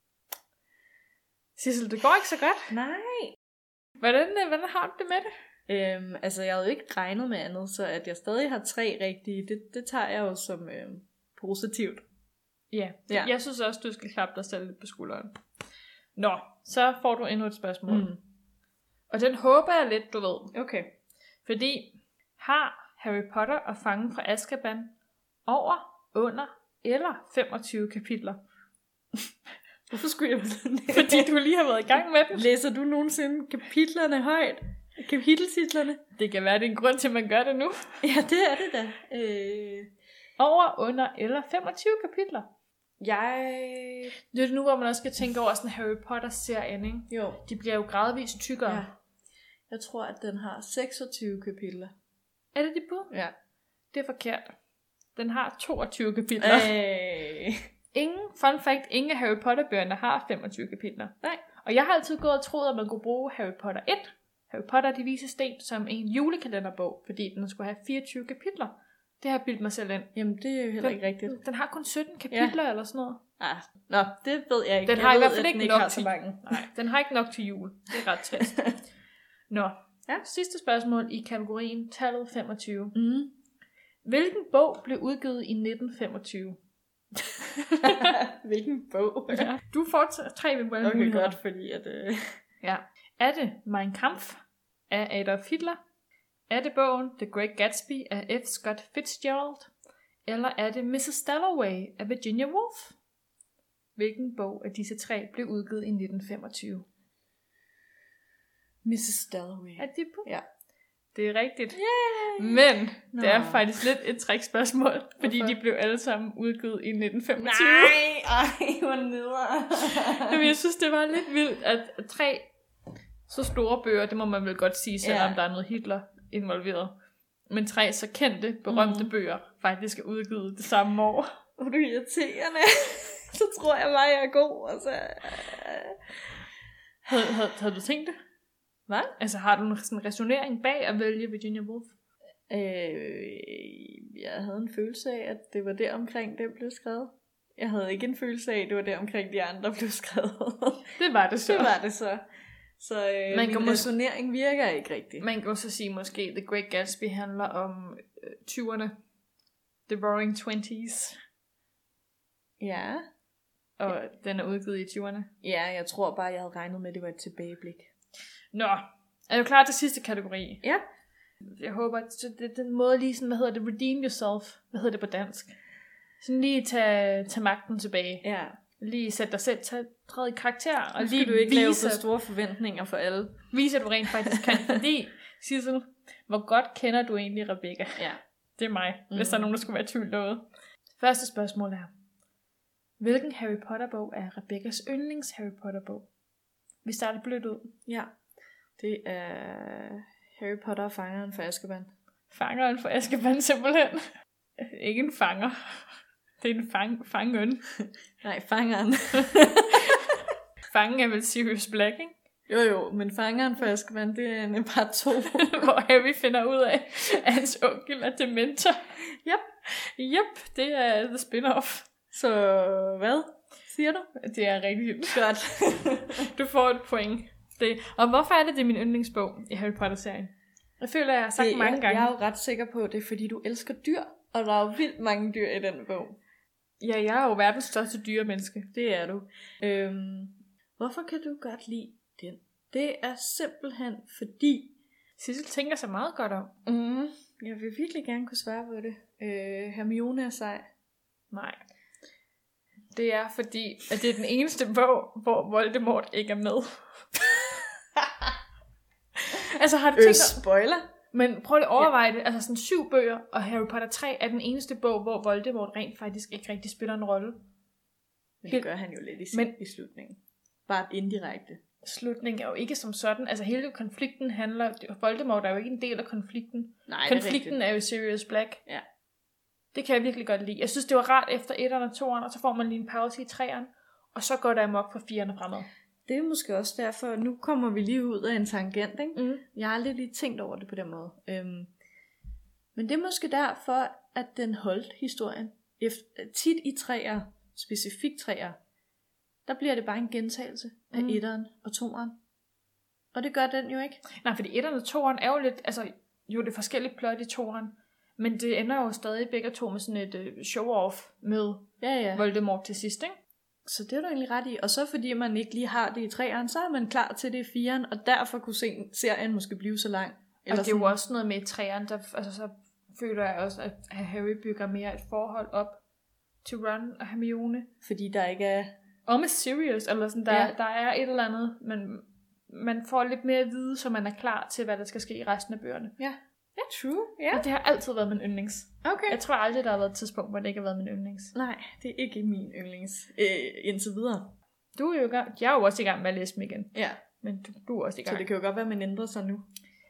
Sissel, det går ikke så godt. Nej. Hvordan, hvordan har du det med det? Øhm, altså, jeg havde jo ikke regnet med andet, så at jeg stadig har tre rigtige, det, det tager jeg jo som øhm, positivt. Ja, Ja. jeg synes også, du skal klappe dig selv lidt på skulderen. Nå, så får du endnu et spørgsmål. Mm. Og den håber jeg lidt, du ved. Okay. Fordi har Harry Potter og Fangen fra Azkaban over, under eller femogtyve kapitler? Hvorfor skulle jeg vide det? Fordi du lige har været i gang med den. Læser du nogensinde kapitlerne højt? Kapiteltitlerne? Det kan være, det er en grund til, at man gør det nu. Ja, det er det da. Øh, Over, under eller femogtyve kapitler. jeg... Det er det nu, hvor man også skal tænke over sådan Harry Potter-serien, ikke? Jo. De bliver jo gradvist tykkere. Ja. Jeg tror, at den har seksogtyve kapitler. Er det dit bud? Ja. Det er forkert. Den har toogtyve kapitler. Øh. Ingen, fun fact, ingen af Harry Potter-bøgerne har femogtyve kapitler. Nej. Og jeg har altid gået og troet, at man kunne bruge Harry Potter et, Harry Potter De Vise Sten, som en julekalenderbog, fordi den skulle have fireogtyve kapitler. Det har jeg bildt mig selv ind. Jamen, det er jo heller Den- ikke rigtigt. Den har kun sytten kapitler ja. eller sådan noget. Ah, nå, det ved jeg ikke. Den jeg har i ved, hvert fald at ikke den nok har til så mange. Nej, den har ikke nok til jul. Det er ret trist. Nå, Ja. sidste spørgsmål i kategorien tallet femogtyve. Mm. Hvilken bog blev udgivet i nitten femogtyve? Hvilken bog? Ja. Du får t- tre ved Okay, godt, fordi at... Øh... Ja. Er det Mein Kampf af Adolf Hitler? Er det bogen The Great Gatsby af F. Scott Fitzgerald? Eller er det missus Dalloway af Virginia Woolf? Hvilken bog af disse tre blev udgivet i nitten femogtyve? missus Dalloway. Er det på? Ja. Det er rigtigt. Yay! Men Nå. det er faktisk lidt et trickspørgsmål, fordi Hvorfor? de blev alle sammen udgivet i nitten femogtyve. Nej, ej, hvor nederen. Jamen, jeg synes, det var lidt vildt, at tre så store bøger, det må man vel godt sige, selvom Ja. der er noget Hitler involveret. Men tre så kendte, berømte Mhm. bøger faktisk er udgivet det samme år. Hvor er du irriterende. Så tror jeg bare, jeg er god. Og så... Havde, havde, havde du tænkt det? Hvad? Altså, har du sådan en resonering bag at vælge Virginia Woolf? Øh, jeg havde en følelse af, at det var der omkring, det blev skrevet. Jeg havde ikke en følelse af, at det var der omkring, de andre blev skrevet. Det var det så. Det var det så. Så øh, Man min kan mås- resonering virker ikke rigtigt. Man kan også sige, måske The Great Gatsby handler om øh, tyverne. The Roaring Twenties. Ja. Og den er udgivet i tyverne. Ja, jeg tror bare, jeg havde regnet med, at det var et tilbageblik. Nå, er du klar til sidste kategori? Ja. Jeg håber, at det er den måde lige sådan, hvad hedder det, redeem yourself. Hvad hedder det på dansk? Sådan lige tage, tage magten tilbage. Ja. Lige sætte dig selv til træde i karakter. Og Og lige lige du ikke lave vise, for store forventninger for alle. vise, at du rent faktisk kan. Fordi, Sissel, hvor godt kender du egentlig Rebecca? Ja. Det er mig, mm. hvis Mhm. der er nogen, der skulle være i tvivl derude. Første spørgsmål er, hvilken Harry Potter-bog er Rebeccas yndlings Harry Potter-bog? Vi starter blødt ud. Ja. Det er Harry Potter og fangeren fra Azkaban. Fangeren for Azkaban simpelthen. Ikke en fanger. Det er en fang, fangen. Nej, fangeren. Fangen er vel Sirius Black, ikke? Jo jo, men fangeren fra Azkaban, det er en part to. Hvor Harry finder ud af, at hans onkel er dementor. Yep. Yep, det er the spin-off. Så hvad siger du? Det er rigtig vildt. Godt. Du får et point. Det. Og hvorfor er det, det er min yndlingsbog i Harry Potter-serien? Jeg føler, jeg har sagt det, mange jeg, gange. Jeg er jo ret sikker på, at det er fordi, du elsker dyr. Og der er jo vildt mange dyr i den bog. Ja, jeg er jo verdens største dyremenneske. Det er du. Øhm, hvorfor kan du godt lide den? Det er simpelthen fordi... Sissel tænker sig meget godt om. Mm, jeg vil virkelig gerne kunne svare på det. Øh, Hermione er sej. Nej. Det er fordi, at det er den eneste bog, hvor Voldemort ikke er med. Altså har du Øh, tænkt dig... spoiler? Men prøv lige at overveje det. Altså sådan syv bøger, og Harry Potter tre er den eneste bog, hvor Voldemort rent faktisk ikke rigtig spiller en rolle. Men det gør han jo lidt i, Men- i slutningen. Bare indirekte. Slutningen er jo ikke som sådan. Altså hele konflikten handler... Voldemort er jo ikke en del af konflikten. Nej, Konflikten er, er jo Sirius Black. Ja. Det kan jeg virkelig godt lide. Jeg synes, det var rart efter etteren og toeren, og så får man lige en pause i treeren, og så går der amok fra firerne fremad. Det er måske også derfor, nu kommer vi lige ud af en tangent, ikke? Mm. Jeg har aldrig lige tænkt over det på den måde. Øhm, men det er måske derfor, at den holdt historien. Efter, tit i træer, specifikt træer, der bliver det bare en gentagelse af Mm. etteren og toeren. Og det gør den jo ikke. Nej, fordi etteren og toeren er jo lidt, altså jo det er forskelligt plot i toeren, men det ender jo stadig begge to med sådan et uh, show-off med Ja, ja. Voldemort til sidst, ikke? Så det er du egentlig ret i. Og så fordi man ikke lige har det i træeren, så er man klar til det i firen, og derfor kunne se, serien måske blive så lang. Og det er jo også noget med træerne, der, altså så føler jeg også, at Harry bygger mere et forhold op til Ron og Hermione. Fordi der ikke er... Og med Sirius, eller sådan, der, Ja. ja. der er et eller andet, men man får lidt mere at vide, så man er klar til, hvad der skal ske i resten af bøgerne. Ja, ja true. Ja. Og det har altid været min yndlings. Okay. Jeg tror aldrig, der har været et tidspunkt, hvor det ikke har været min yndlings. Nej, det er ikke min yndlings. Øh, indtil videre. Du er jo i gang. Jeg er jo også i gang med at læse dem igen. Ja, Men du, du er også i gang. så det kan jo godt være, at man ændrer sig nu.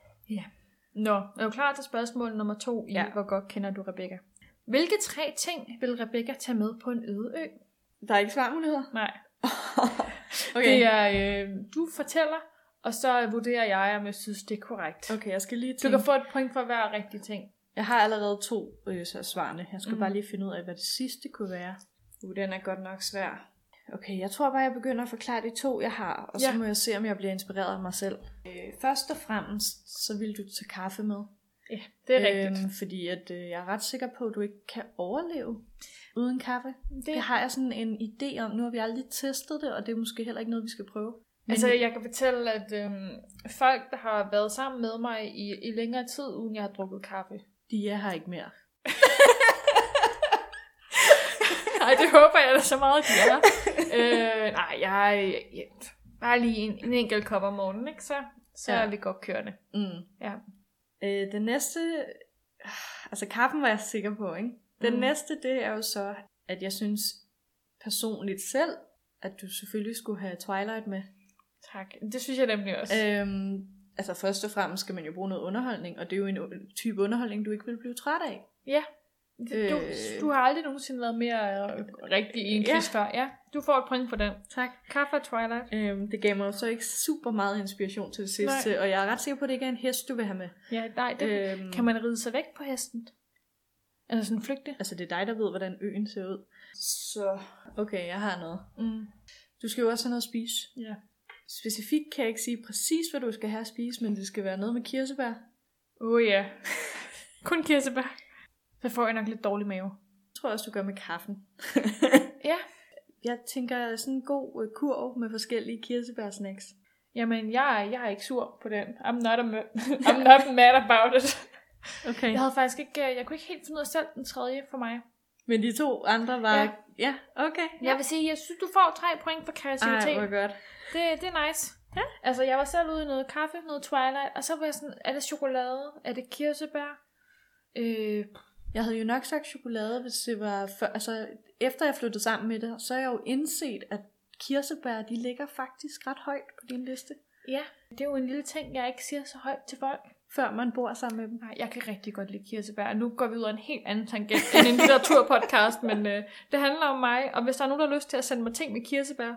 Nå, er du klar til spørgsmål nummer to i, Ja. hvor godt kender du Rebecca? Hvilke tre ting vil Rebecca tage med på en øde ø? Der er ikke svarmuligheder? Nej. Okay. Det er, øh, du fortæller, og så vurderer jeg, om jeg synes, det er korrekt. Okay, jeg skal lige Du tænke. kan få et point for hver rigtig ting. Jeg har allerede to øh, så svarene. Jeg skal Mm. mm. bare lige finde ud af, hvad det sidste kunne være. Uh, den er godt nok svær. Okay, jeg tror bare, jeg begynder at forklare de to, jeg har. Og så Ja. må jeg se, om jeg bliver inspireret af mig selv. Øh, først og fremmest, så vil du tage kaffe med. Ja, det er rigtigt. Øhm, fordi at, øh, jeg er ret sikker på, at du ikke kan overleve uden kaffe. Det, Det har jeg sådan en idé om. Nu har vi aldrig testet det, og det er måske heller ikke noget, vi skal prøve. Men altså, jeg kan fortælle, at øhm, folk, der har været sammen med mig i, i længere tid, uden jeg har drukket kaffe. de er her ikke mere. Nej, det håber jeg da så meget, de er. øh, nej, jeg, jeg bare lige en, en enkelt kop om morgenen, ikke? Så, så Ja. er vi godt kørende. Mm. Ja. Øh, den næste... Altså kaffen var jeg sikker på, ikke? Den Mm. næste, det er jo så, at jeg synes personligt selv, at du selvfølgelig skulle have Twilight med. Tak. Det synes jeg nemlig også. Øhm, altså først og fremmest skal man jo bruge noget underholdning, og det er jo en u- type underholdning, du ikke vil blive træt af. Ja. Du, Øh. du har aldrig nogensinde været mere øh, rigtig i en Ja. quiz før. Ja, du får et point for den. Tak. Kaffe og Twilight. Øhm, det gav mig jo så ikke super meget inspiration til det sidste, Nej. og jeg er ret sikker på, at det ikke er en hest, du vil have med. Ja, nej, det, Øhm, kan man ride sig væk på hesten? Eller sådan flygte? Altså det er dig, der ved, hvordan øen ser ud. Så, okay, jeg har noget. Mm. Du skal jo også have noget at spise. Ja. Specifikt kan jeg ikke sige præcis, hvad du skal have at spise, men det skal være noget med kirsebær. Åh oh, ja. Kun kirsebær. Så får jeg nok lidt dårlig mave. Jeg tror også, du gør med kaffen. Ja. Jeg tænker sådan en god øh, kurv med forskellige kirsebærsnacks. Jamen, jeg, er- jeg er ikke sur på den. I'm not, a, I'm not mad about it. Okay. Jeg havde faktisk ikke, jeg kunne ikke helt finde ud af selv den tredje for mig. Men de to andre var... Ja. Ja, ja okay. Ja. Jeg vil sige, jeg synes, du får tre point for kreativitet. Ej, hvor godt. Det, det er nice. Ja. Altså, jeg var selv ude i noget kaffe, noget Twilight, og så var jeg sådan, er det chokolade? Er det kirsebær? Øh, Jeg havde jo nok sagt chokolade, hvis det var... Før, altså, efter jeg flyttede sammen med dig, så har jeg jo indset, at kirsebær, de ligger faktisk ret højt på din liste. ja, det er jo en lille ting, jeg ikke siger så højt til folk. Før man bor sammen med dem. Nej, jeg kan rigtig godt lide kirsebær. Nu går vi ud af en helt anden tangent end en litteraturpodcast, men øh, det handler om mig. Og hvis der er nogen, der har lyst til at sende mig ting med kirsebær,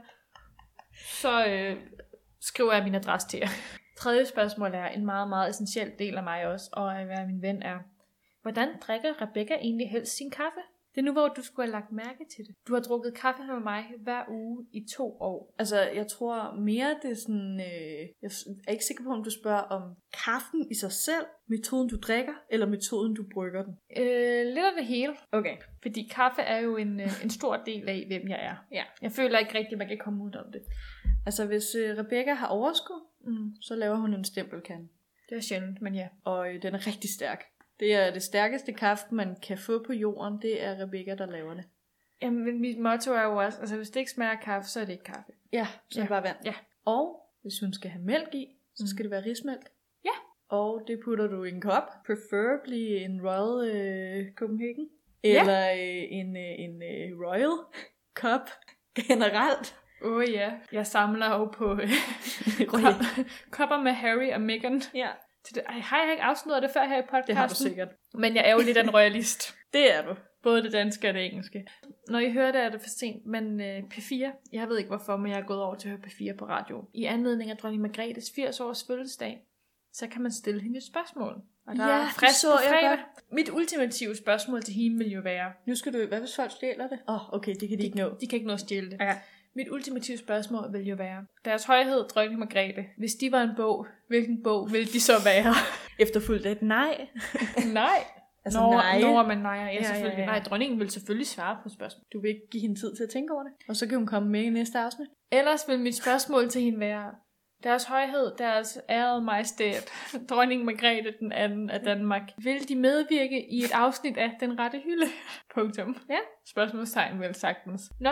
så øh, skriver jeg min adresse til jer. Tredje spørgsmål er en meget, meget essentiel del af mig også, og at være min ven er, hvordan drikker Rebecca egentlig helst sin kaffe? Det er nu, hvor du skulle have lagt mærke til det. Du har drukket kaffe med mig hver uge i to år. Altså, jeg tror mere, det er sådan... Øh, jeg er ikke sikker på, om du spørger om kaffen i sig selv, metoden du drikker, eller metoden du brygger den. Øh, lidt af det hele. Okay. Fordi kaffe er jo en, øh, en stor del af, hvem jeg er. Ja. Jeg føler ikke rigtigt, at man kan komme ud om det. Altså, hvis øh, Rebecca har overskud, Mm. så laver hun en stempelkande. Det er sjældent, men ja. Og øh, den er rigtig stærk. Det er det stærkeste kaffe, man kan få på jorden. Det er Rebecca, der laver det. Jamen, mit motto er jo også, altså hvis det ikke smager af kaffe, så er det ikke kaffe. Ja, så er det Ja. bare vand. Ja. Og hvis hun skal have mælk i, så Mm. skal det være rismælk. Ja. Og det putter du i en kop. Preferably en Royal øh, Copenhagen. Ja. Eller øh, en, øh, en øh, Royal kop generelt. Åh oh, ja, jeg samler jo på øh, Royal. kop- kopper med Harry og Meghan. Ja, Til det. Ej, har jeg ikke afsløret det før her i podcasten? det har du sikkert. Men jeg er jo lidt af en royalist. Det er du. Både det danske og det engelske. Når I hører det, er det for sent, men øh, P fire, jeg ved ikke hvorfor, men jeg er gået over til at høre P fire på radio. I anledning af dronning Margrethes firs års fødselsdag, så kan man stille hende et spørgsmål. Og der Ja, er det frisk så på jeg fredag. godt. Mit ultimative spørgsmål til hende vil jo være, Nu skal du... Hvad hvis folk stjæler det? Åh, oh, okay, det kan de ikke nå. de kan ikke nå at stjæle det. Ja. Mit ultimative spørgsmål vil jo være, deres højhed, dronning Margrethe, hvis de var en bog, hvilken bog ville de så være? Efterfulgt af et nej. Nej. Altså Nå, nej. Nå, men nej, ja, Ja, selvfølgelig. ja, ja. Nej, dronningen vil selvfølgelig svare på spørgsmål. Du vil ikke give hende tid til at tænke over det. Og så kan hun komme med i næste afsnit. Ellers vil mit spørgsmål til hende være, deres højhed, deres ærede majestæt, dronning Margrethe den anden af Danmark, vil de medvirke i et afsnit af Den Rette Hylde? Punktum. Ja. Spørgsmålstegn vel sagtens. Nå,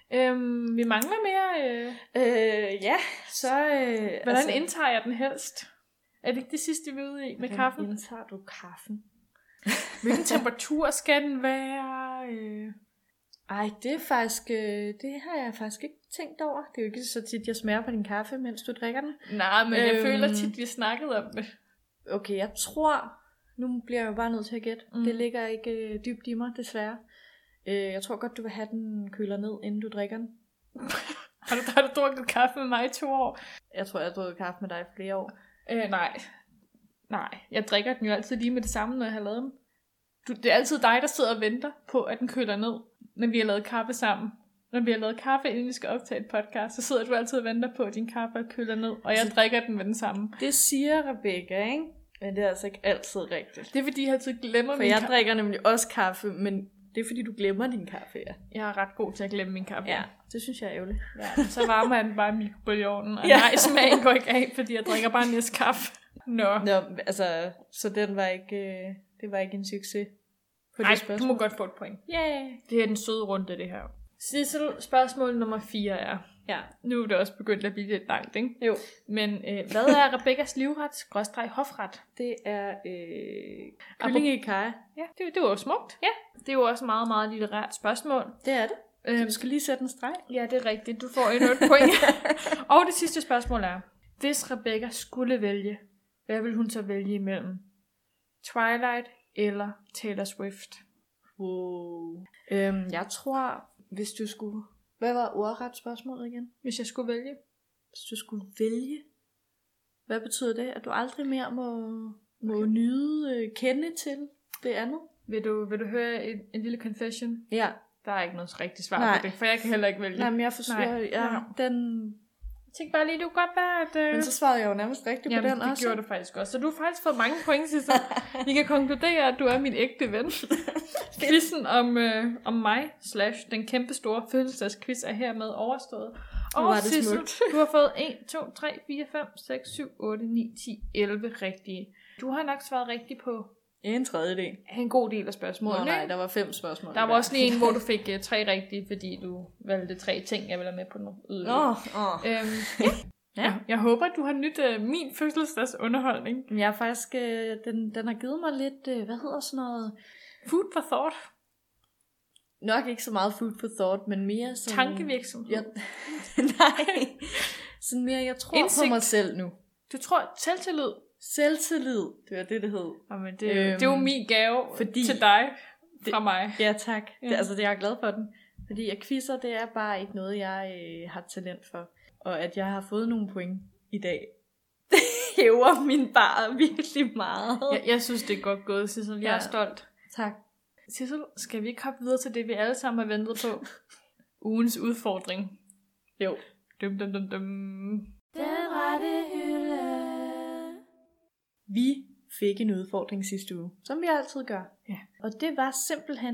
øhm, vi mangler mere. Øh, Øh, ja, så... Øh, hvordan altså, indtager jeg den helst? Er det ikke det sidste, vi er ude i med kaffen? Hvordan indtager du kaffen? Hvilken temperatur skal den være? Øh, Ej, det er faktisk... Øh, det har jeg faktisk ikke tænkt over. Det er jo ikke så tit, jeg smager på din kaffe, mens du drikker den. nej, men jeg Øhm. føler tit, vi snakkede om det. Okay, jeg tror... Nu bliver jeg jo bare nødt til at gætte. Mm. Mm. Det ligger ikke øh, dybt i mig, desværre. Øh, jeg tror godt, du vil have den køler ned, inden du drikker den. Har du, har du drukket kaffe med mig i to år? Jeg tror, jeg har drukket kaffe med dig i flere år. Øh, nej. Nej, jeg drikker den jo altid lige med det samme, når jeg har lavet den. Du, det er altid dig, der sidder og venter på, at den køler ned, når vi har lavet kaffe sammen. Når vi har lavet kaffe, inden vi skal optage et podcast, så sidder du altid og venter på, at din kaffe køler ned, og jeg drikker den med den samme. Det siger Rebecca, ikke? Men det er altså ikke altid rigtigt. Det er fordi, jeg altid glemmer For min jeg kaffe. drikker nemlig også kaffe, men det er fordi, du glemmer din kaffe, ja. Jeg er ret god til at glemme min kaffe. Ja, det synes jeg er ærgerligt. Ja, så varmer jeg den bare i mikrobølgeovnen, og Ja. nej, smagen går ikke af, fordi jeg drikker bare næste kaffe. Nå. Nå, altså, så den var ikke, øh, det var ikke en succes på Nej, det du spørgsmål. må godt få et point. Yeah. Det er den søde runde, det her. Sissel, spørgsmål nummer fire er, Ja. Nu er det også begyndt at blive lidt langt, ikke? Jo. Men øh, hvad er Rebekkas livret, skråstreg hofret? Det er øh, kylling i kaj. Ja, det, det var jo smukt. Ja, det er jo også meget, meget litterært spørgsmål. Det er det. Så Øhm, du skal lige sætte en streg. ja, det er rigtigt. Du får endnu et point. Og det sidste spørgsmål er, hvis Rebekka skulle vælge, hvad vil hun så vælge imellem? Twilight eller Taylor Swift? Wow. Øhm, jeg tror, hvis du skulle... Hvad var ordret spørgsmålet igen? Hvis jeg skulle vælge? Hvis du skulle vælge... Hvad betyder det? At du aldrig mere må, må okay. nyde, øh, kende til det andet? Vil du, vil du høre en, en lille confession? Ja. Der er ikke noget rigtigt svar Nej. på det, for jeg kan heller ikke vælge. Nej, men jeg forstår... Nej. Ja, den... Jeg tænkte bare lige, det kunne godt være, at... Øh... Men så svarede jeg jo nærmest rigtigt Jamen, på den det også. gjorde du faktisk også. Så du har faktisk fået mange point, Sissel. Vi kan konkludere, at du er min ægte ven. Quizzen om, øh, om mig, slash den kæmpe store fødselsdagsquiz, er hermed overstået. Og var det Sissel, smukt. du har fået et, to, tre, fire, fem, seks, syv, otte, ni, ti, elleve rigtige. Du har nok svaret rigtigt på En tredjedel. en god del af spørgsmålene. Nå nej, ikke? der var fem spørgsmål. Der var også lige en, hvor du fik uh, tre rigtige, fordi du valgte tre ting, jeg vil have med på nu. Åh, åh. Øhm, ja. Jeg håber, du har nyt uh, min fødselsdagsunderholdning. Jeg er faktisk... Øh, den, den har givet mig lidt... Øh, hvad hedder sådan noget... Food for thought. Nok ikke så meget food for thought, men mere sådan... Tankevirksomhed. Jeg, nej. Sådan mere, jeg tror Indsigt. på mig selv nu. Du tror selvtillid? Selvtillid, det var det, det hed. Jamen, det, øhm, Øhm, det er jo min gave fordi- til dig fra Det- mig. Ja, tak. Ja. Det, altså, det, jeg er glad for den. Fordi at quizzer, det er bare ikke noget, jeg øh, har talent for. Og at jeg har fået nogle point i dag, det hæver min bar virkelig meget. Jeg, jeg synes, det er godt gået, Sissel. Jeg Ja. er stolt. Tak. Sissel, skal vi ikke hoppe videre til det, vi alle sammen har ventet på? Ugens udfordring. Jo. Dum, dum, dum, dum. Den rette hylde. Vi fik en udfordring sidste uge, som vi altid gør. Ja. Og det var simpelthen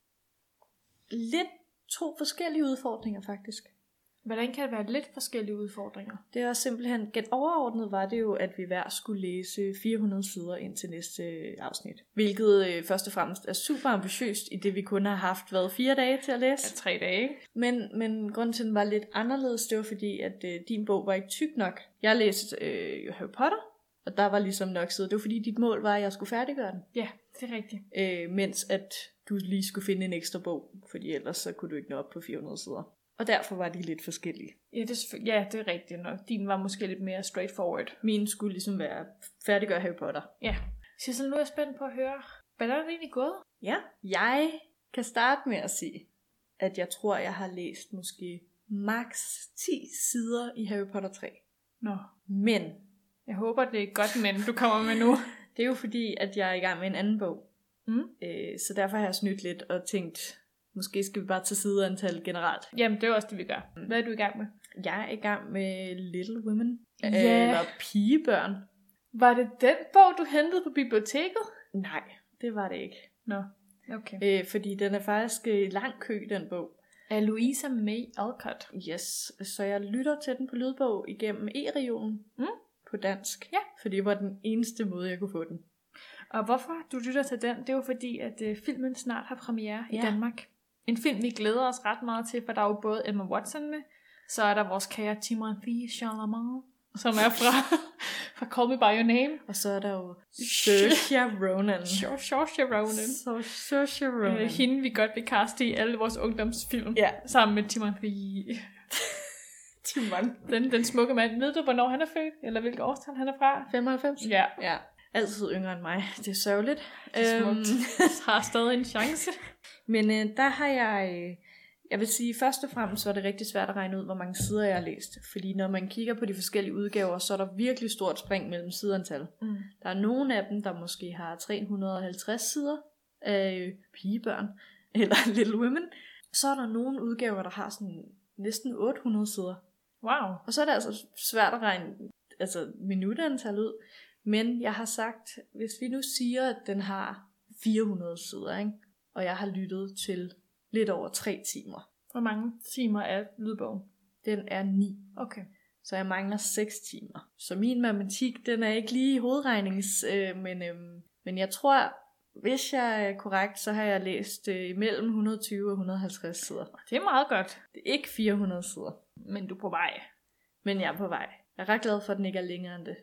lidt to forskellige udfordringer faktisk. Hvordan kan det være lidt forskellige udfordringer? Det var simpelthen, gen overordnet var det jo, at vi hver skulle læse fire hundrede sider ind til næste afsnit. Hvilket øh, først og fremmest er super ambitiøst, i det vi kun har haft været fire dage til at Ja, læse. tre dage. Men, men grunden til, at den var lidt anderledes, det var fordi, at øh, din bog var ikke tyk nok. Jeg læste øh, Harry Potter, og der var ligesom nok sider. Det var fordi, dit mål var, at jeg skulle færdiggøre den. Ja, det er rigtigt. Øh, mens at du lige skulle finde en ekstra bog, fordi ellers så kunne du ikke nå op på fire hundrede sider. Og derfor var de lidt forskellige. Ja, det er, selvfø- ja, det er rigtigt nok. Din var måske lidt mere straightforward. Min skulle ligesom være færdiggøre Harry Potter. Ja. Sissel, nu er jeg spændt på at høre, hvordan er det egentlig gået? Ja, jeg kan starte med at sige, at jeg tror, jeg har læst måske maks ti sider i Harry Potter tre. Nå, Men jeg håber, det er et godt men, du kommer med nu. det er jo fordi, at jeg er i gang med en anden bog. Mm. Øh, så derfor har jeg snydt lidt og tænkt, måske skal vi bare tage sideantal generelt. Jamen, det er også det, vi gør. Hvad er du i gang med? Jeg er i gang med Little Women. Ja. Eller Pigebørn. Var det den bog, du hentede på biblioteket? Nej, det var det ikke. Nå, okay. Øh, fordi den er faktisk i lang kø, den bog. Af Louisa May Alcott. Yes, så jeg lytter til den på lydbog igennem e-regionen Mm. på dansk. Ja. For det var den eneste måde, jeg kunne få den. Og hvorfor du lytter til den, det er jo fordi, at uh, filmen snart har premiere ja. i Ja. Danmark. En film, vi glæder os ret meget til, for der er jo både Emma Watson med, så er der vores kære Timothée Chalamet, som er fra, fra Call Me By Your Name. Og så er der jo Saoirse Ronan. Saoirse Ronan. Så Saoirse Ronan. Øh, hende vi godt vil kaste i alle vores ungdomsfilm. Ja. Sammen med Timothée. Timon. Den, den smukke mand. Ved du, hvornår han er født? Eller hvilket årstal han er fra? femoghalvfems? Ja. Ja. Altid yngre end mig. Det er sørgeligt. Det er Øhm, smukt. Har stadig en chance. Men øh, der har jeg... Øh, jeg vil sige, først og fremmest var det rigtig svært at regne ud, hvor mange sider jeg har læst. Fordi når man kigger på de forskellige udgaver, så er der virkelig stort spring mellem sideantal. Mm. Der er nogle af dem, der måske har tre hundrede og halvtreds sider af pigebørn, eller Little Women. Så er der nogle udgaver, der har sådan næsten otte hundrede sider. Wow. Og så er det altså svært at regne altså minutantal ud. Men jeg har sagt, hvis vi nu siger, at den har fire hundrede sider, ikke? Og jeg har lyttet til lidt over tre timer. Hvor mange timer er lydbogen? Den er ni. Okay. Så jeg mangler seks timer. Så min matematik, den er ikke lige hovedregnings, øh, men, øh, men jeg tror, Hvis jeg er korrekt, så har jeg læst øh, mellem et hundrede og tyve og et hundrede og halvtreds sider. Det er meget godt. Det er ikke fire hundrede sider, Men du er på vej. men jeg er på vej. Jeg er ret glad for, at den ikke er længere end det.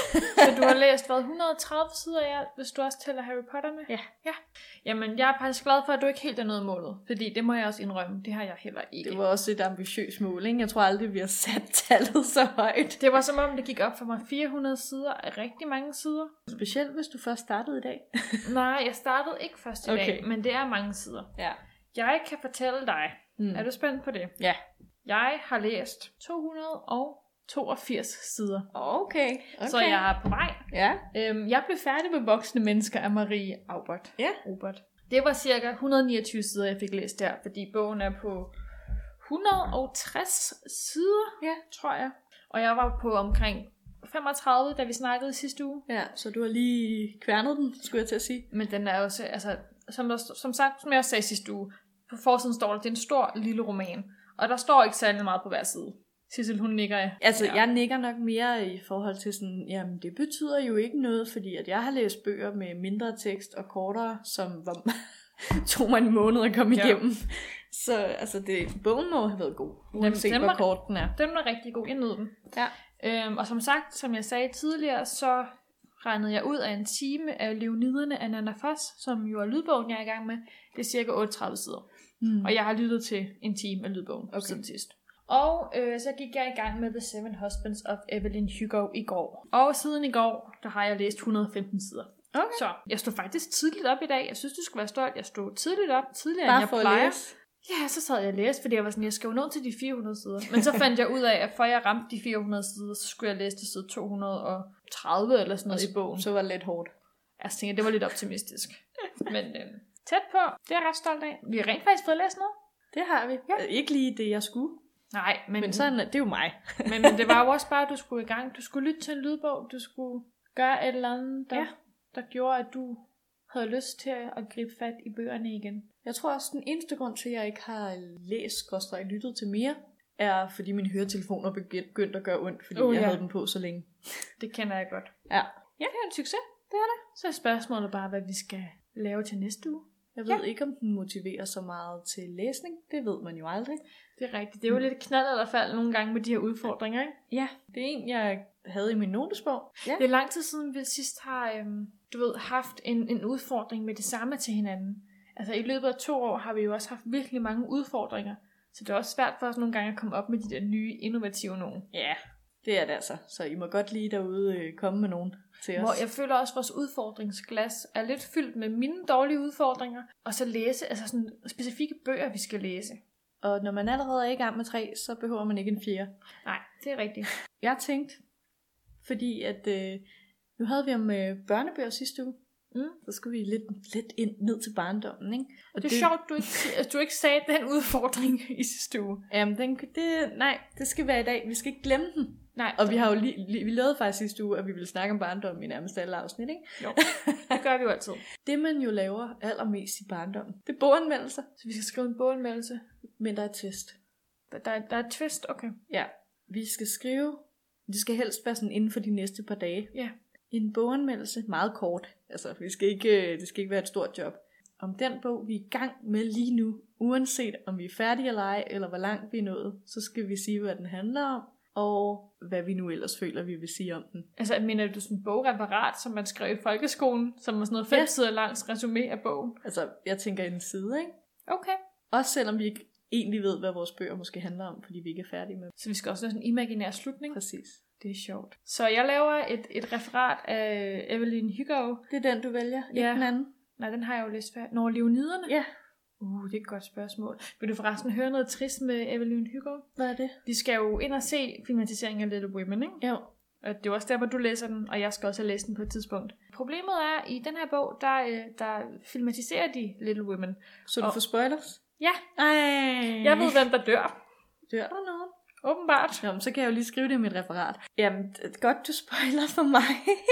Så du har læst, hvad, et hundrede og tredive sider i alt, hvis du også tæller Harry Potter med? Ja. Ja. Jamen, jeg er faktisk glad for, at du ikke helt er nået målet. Fordi det må jeg også indrømme, det har jeg heller ikke. Det var også et ambitiøst mål, ikke? Jeg tror aldrig, vi har sat tallet så højt. Det var som om, det gik op for mig. fire hundrede sider er rigtig mange sider. Specielt hvis du først startede i dag. Nej, jeg startede ikke først i Okay. dag, men det er mange sider. Ja. Jeg kan fortælle dig, Mm. er du spændt på det? Ja. Jeg har læst to hundrede og toogfirs sider. Okay. okay. Så jeg er på vej. Ja. Øhm, jeg blev færdig med Voksne Mennesker af Marie Aubert. Ja. Robert. Det var cirka et hundrede og niogtyve sider, jeg fik læst der, fordi bogen er på et hundrede og tres sider, Ja. tror jeg. Og jeg var på omkring femogtredive, da vi snakkede sidste uge. Ja, så du har lige kværnet den, skulle jeg til at sige. Men den er også, altså, som, der, som sagt, som jeg også sagde sidste uge, på forsiden står der, det er en stor, lille roman. Og der står ikke særlig meget på hver side. Sissel, hun nikker. Altså, ja. Jeg nikker nok mere i forhold til sådan, jamen det betyder jo ikke noget, fordi at jeg har læst bøger med mindre tekst og kortere, som var, tog mig en måned at komme Ja. igennem. Så altså, det, bogen må have været god, uanset den hvor var- kort den er. Den var rigtig god, jeg nød den. Ja. Øhm, og som sagt, som jeg sagde tidligere, så regnede jeg ud af en time af Leoniderne af Nana Foss, som jo er lydbogen, jeg er i gang med. Det er cirka otteogtredive sider. Mm. Og jeg har lyttet til en time af lydbogen okay. siden sidst. Og øh, så gik jeg i gang med The Seven Husbands of Evelyn Hugo i går. Og siden i går, der har jeg læst et hundrede og femten sider. Okay. Så jeg stod faktisk tidligt op i dag. Jeg synes, du skulle være stolt. Jeg stod tidligt op, tidligere Bare end jeg for at plejer. læse. Ja, så sad jeg og læste, fordi jeg var sådan, jeg skal jo nå til de fire hundrede sider. Men så fandt jeg ud af, at for jeg ramte de fire hundrede sider, så skulle jeg læse til side to hundrede og tredive eller sådan noget i bogen. Så var det lidt hårdt. Jeg tænkte, det var lidt optimistisk. Men øh, tæt på, det er jeg ret stolt af. Vi har rent faktisk fået læst noget. Det har vi. Ja. Ikke lige det, jeg skulle. Nej, men, Men sådan, det er jo mig. men, men det var jo også bare, at du skulle i gang. Du skulle lytte til en lydbog. Du skulle gøre et eller andet, der, Ja. der gjorde, at du havde lyst til at gribe fat i bøgerne igen. Jeg tror også, den eneste grund til, at jeg ikke har læst, skråstreg lyttet til mere, er fordi mine høretelefoner begyndt at gøre ondt, fordi Uh, uh, jeg ja. havde dem på så længe. Det kender jeg godt. Ja. Ja, det er en succes. Det er det. Så er spørgsmålet bare, hvad vi skal lave til næste uge. Jeg ved ja. ikke, om den motiverer så meget til læsning. Det ved man jo aldrig. Det er rigtigt. Det er jo lidt knald eller fald nogle gange med de her udfordringer, ikke? Ja, det er en, jeg havde i min notesbog. Ja. Det er lang tid siden, vi sidst har, øhm, du ved, haft en, en udfordring med det samme til hinanden. Altså i løbet af to år har vi jo også haft virkelig mange udfordringer. Så det er også svært for os nogle gange at komme op med de der nye, innovative nogen. Ja, det er det altså. Så I må godt lige derude øh, komme med nogen til os. Hvor jeg føler også, at vores udfordringsglas er lidt fyldt med mine dårlige udfordringer. Og så læse, altså sådan specifikke bøger, vi skal læse. Og når man allerede er i gang med tre, så behøver man ikke en fjerde. Nej, det er rigtigt. Jeg tænkte, fordi at øh, nu havde vi om øh, børnebøger sidste uge. Mm. Så skulle vi lidt, lidt ind, ned til barndommen, ikke? Og Det er det... sjovt, du ikke, at du ikke sagde den udfordring i sidste uge. Jamen, den, det, nej, det skal være i dag. Vi skal ikke glemme den. Nej. Og vi har jo lige, lige, vi lovede faktisk sidste uge, at vi ville snakke om barndommen i nærmest alle afsnit, ikke? Jo, det gør vi jo altid. Det, man jo laver allermest i barndommen, det er boganmeldelser. Så vi skal skrive en boganmeldelse. Men der er et twist. Der, der, der er et twist, okay. Ja, vi skal skrive, det skal helst være sådan inden for de næste par dage. Ja. En boganmeldelse, meget kort. Altså, vi skal ikke, det skal ikke være et stort job. Om den bog, vi er i gang med lige nu, uanset om vi er færdige eller ej, eller hvor langt vi er nået, så skal vi sige, hvad den handler om, og hvad vi nu ellers føler, vi vil sige om den. Altså, mener du sådan en bogreferat, som man skrev i folkeskolen, som var sådan noget fem Ja. sider langs resumé af bogen? Altså, jeg tænker en side, ikke? Okay. Også selvom vi ikke egentlig ved, hvad vores bøger måske handler om, fordi vi ikke er færdige med dem. Så vi skal også have sådan en imaginær slutning. Præcis. Det er sjovt. Så jeg laver et, et referat af Evelyn Hugo. Det er den, du vælger, ikke Ja. den anden. Nej, den har jeg jo læst færdig. Når Leoniderne? Ja. Uh, det er et godt spørgsmål. Vil du forresten høre noget trist med Evelyn Hugo? Hvad er det? Vi skal jo ind og se filmatiseringen af Little Women, ikke? Jo. Og det er også der, hvor du læser den, og jeg skal også have læst den på et tidspunkt. Problemet er, at i den her bog, der, øh, der filmatiserer de Little Women. Så du Og- får spoilers? Ja, Ej. jeg ved, hvem der dør. Dør der nogen? Åbenbart. Jamen, så kan jeg jo lige skrive det i mit referat. Jamen, det er godt, du spoiler for mig.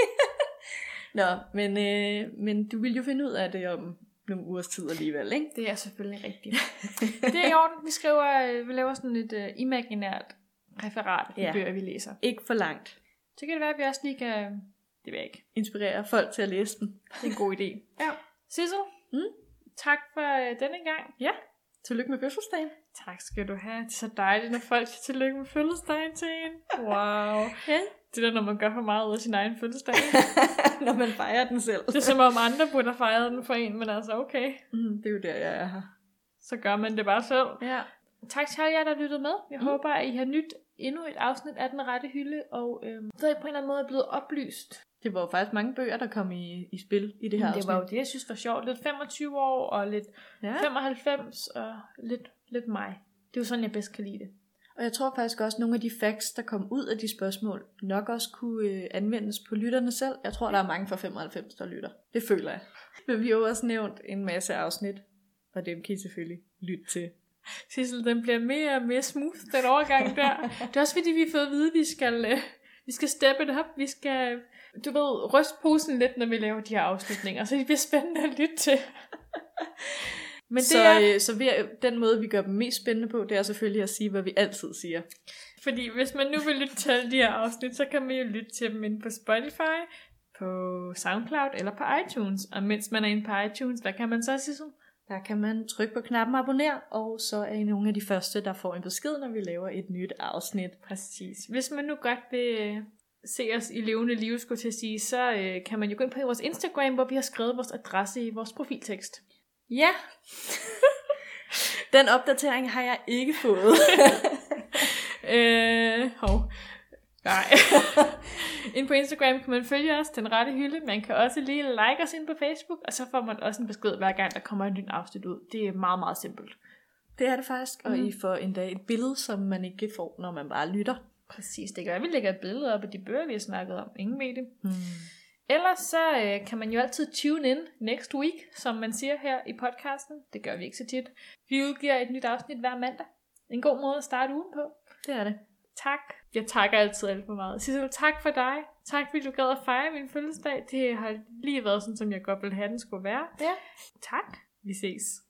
Nå, men, øh, men du vil jo finde ud af det om nogle ugers tid alligevel, ikke? Det er selvfølgelig rigtigt. Det er i orden. Vi skriver, øh, vi laver sådan et uh, imaginært referat af Ja. de bøger, vi læser. Ikke for langt. Så kan det være, at vi også lige kan... Det ved jeg ikke. Inspirere folk til at læse den. Det er en god idé. Ja. Sissel, Mm? tak for øh, denne gang. Ja, tillykke med fødselsdagen. Tak skal du have. Det er så dejligt, når folk siger tillykke med fødselsdagen til en. Wow. Ja. Det er der, når man gør for meget ud af sin egen fødselsdag. Når man fejrer den selv. Det er som om andre burde have fejret den for en, men altså okay. Mm, det er jo der, jeg er her. Så gør man det bare selv. Ja. Tak til alle jer, der lyttede med. Jeg Mm. mm. håber, at I har nyt endnu et afsnit af Den Rette Hylde, og øhm, så er I på en eller anden måde blevet oplyst. Det var jo faktisk mange bøger, der kom i, i spil i det her Det var jo det, jeg synes var sjovt. Lidt femogtyve år, og lidt ja. femoghalvfems, og lidt, lidt mig. Det er jo sådan, jeg bedst kan lide det. Og jeg tror faktisk også, at nogle af de facts, der kom ud af de spørgsmål, nok også kunne øh, anvendes på lytterne selv. Jeg tror, der er mange fra femoghalvfems, der lytter. Det føler jeg. Men vi har jo også nævnt en masse afsnit, og dem kan I selvfølgelig lytte til. Sissel, den bliver mere og mere smooth, den overgang der. Det er også fordi, vi har fået at vide, at vi skal, øh, vi skal steppe det op. Vi skal, du ved, ryste posen lidt, når vi laver de her afslutninger. Så det bliver spændende at lytte til. Men det så er, øh, så ved, den måde, vi gør dem mest spændende på, det er selvfølgelig at sige, hvad vi altid siger. fordi hvis man nu vil lytte til alle de her afsnit, så kan man jo lytte til dem inde på Spotify, på SoundCloud eller på iTunes. Og mens man er inde på iTunes, hvad kan man så, Sissel? Der kan man trykke på knappen abonner, og så er I nogle af de første, der får en besked, når vi laver et nyt afsnit. Præcis. Hvis man nu godt vil øh, se os i levende liv, skulle til at sige, så øh, kan man jo gå ind på vores Instagram, hvor vi har skrevet vores adresse i vores profiltekst. Ja! Den opdatering har jeg ikke fået. øh, hov. Nej. Inde på Instagram kan man følge os, Den Rette Hylde. Man kan også lige like os ind på Facebook, og så får man også en besked hver gang, der kommer et nyt afsnit ud. Det er meget, meget simpelt. Det er det faktisk, og Mm. I får endda et billede, som man ikke får, når man bare lytter. Præcis. Det kan være, at vi lægger et billede op af de bøger, vi har snakket om. Ingen ved det. Hmm. Ellers så øh, kan man jo altid tune in next week, som man siger her i podcasten. Det gør vi ikke så tit. Vi udgiver et nyt afsnit hver mandag. En god måde at starte ugen på. Det er det. Tak. Jeg takker altid alt for meget. Sissel, tak for dig. Tak fordi du gad at fejre min fødselsdag. Det har lige været sådan, som jeg godt ville have, den skulle være. Ja. Tak. Vi ses.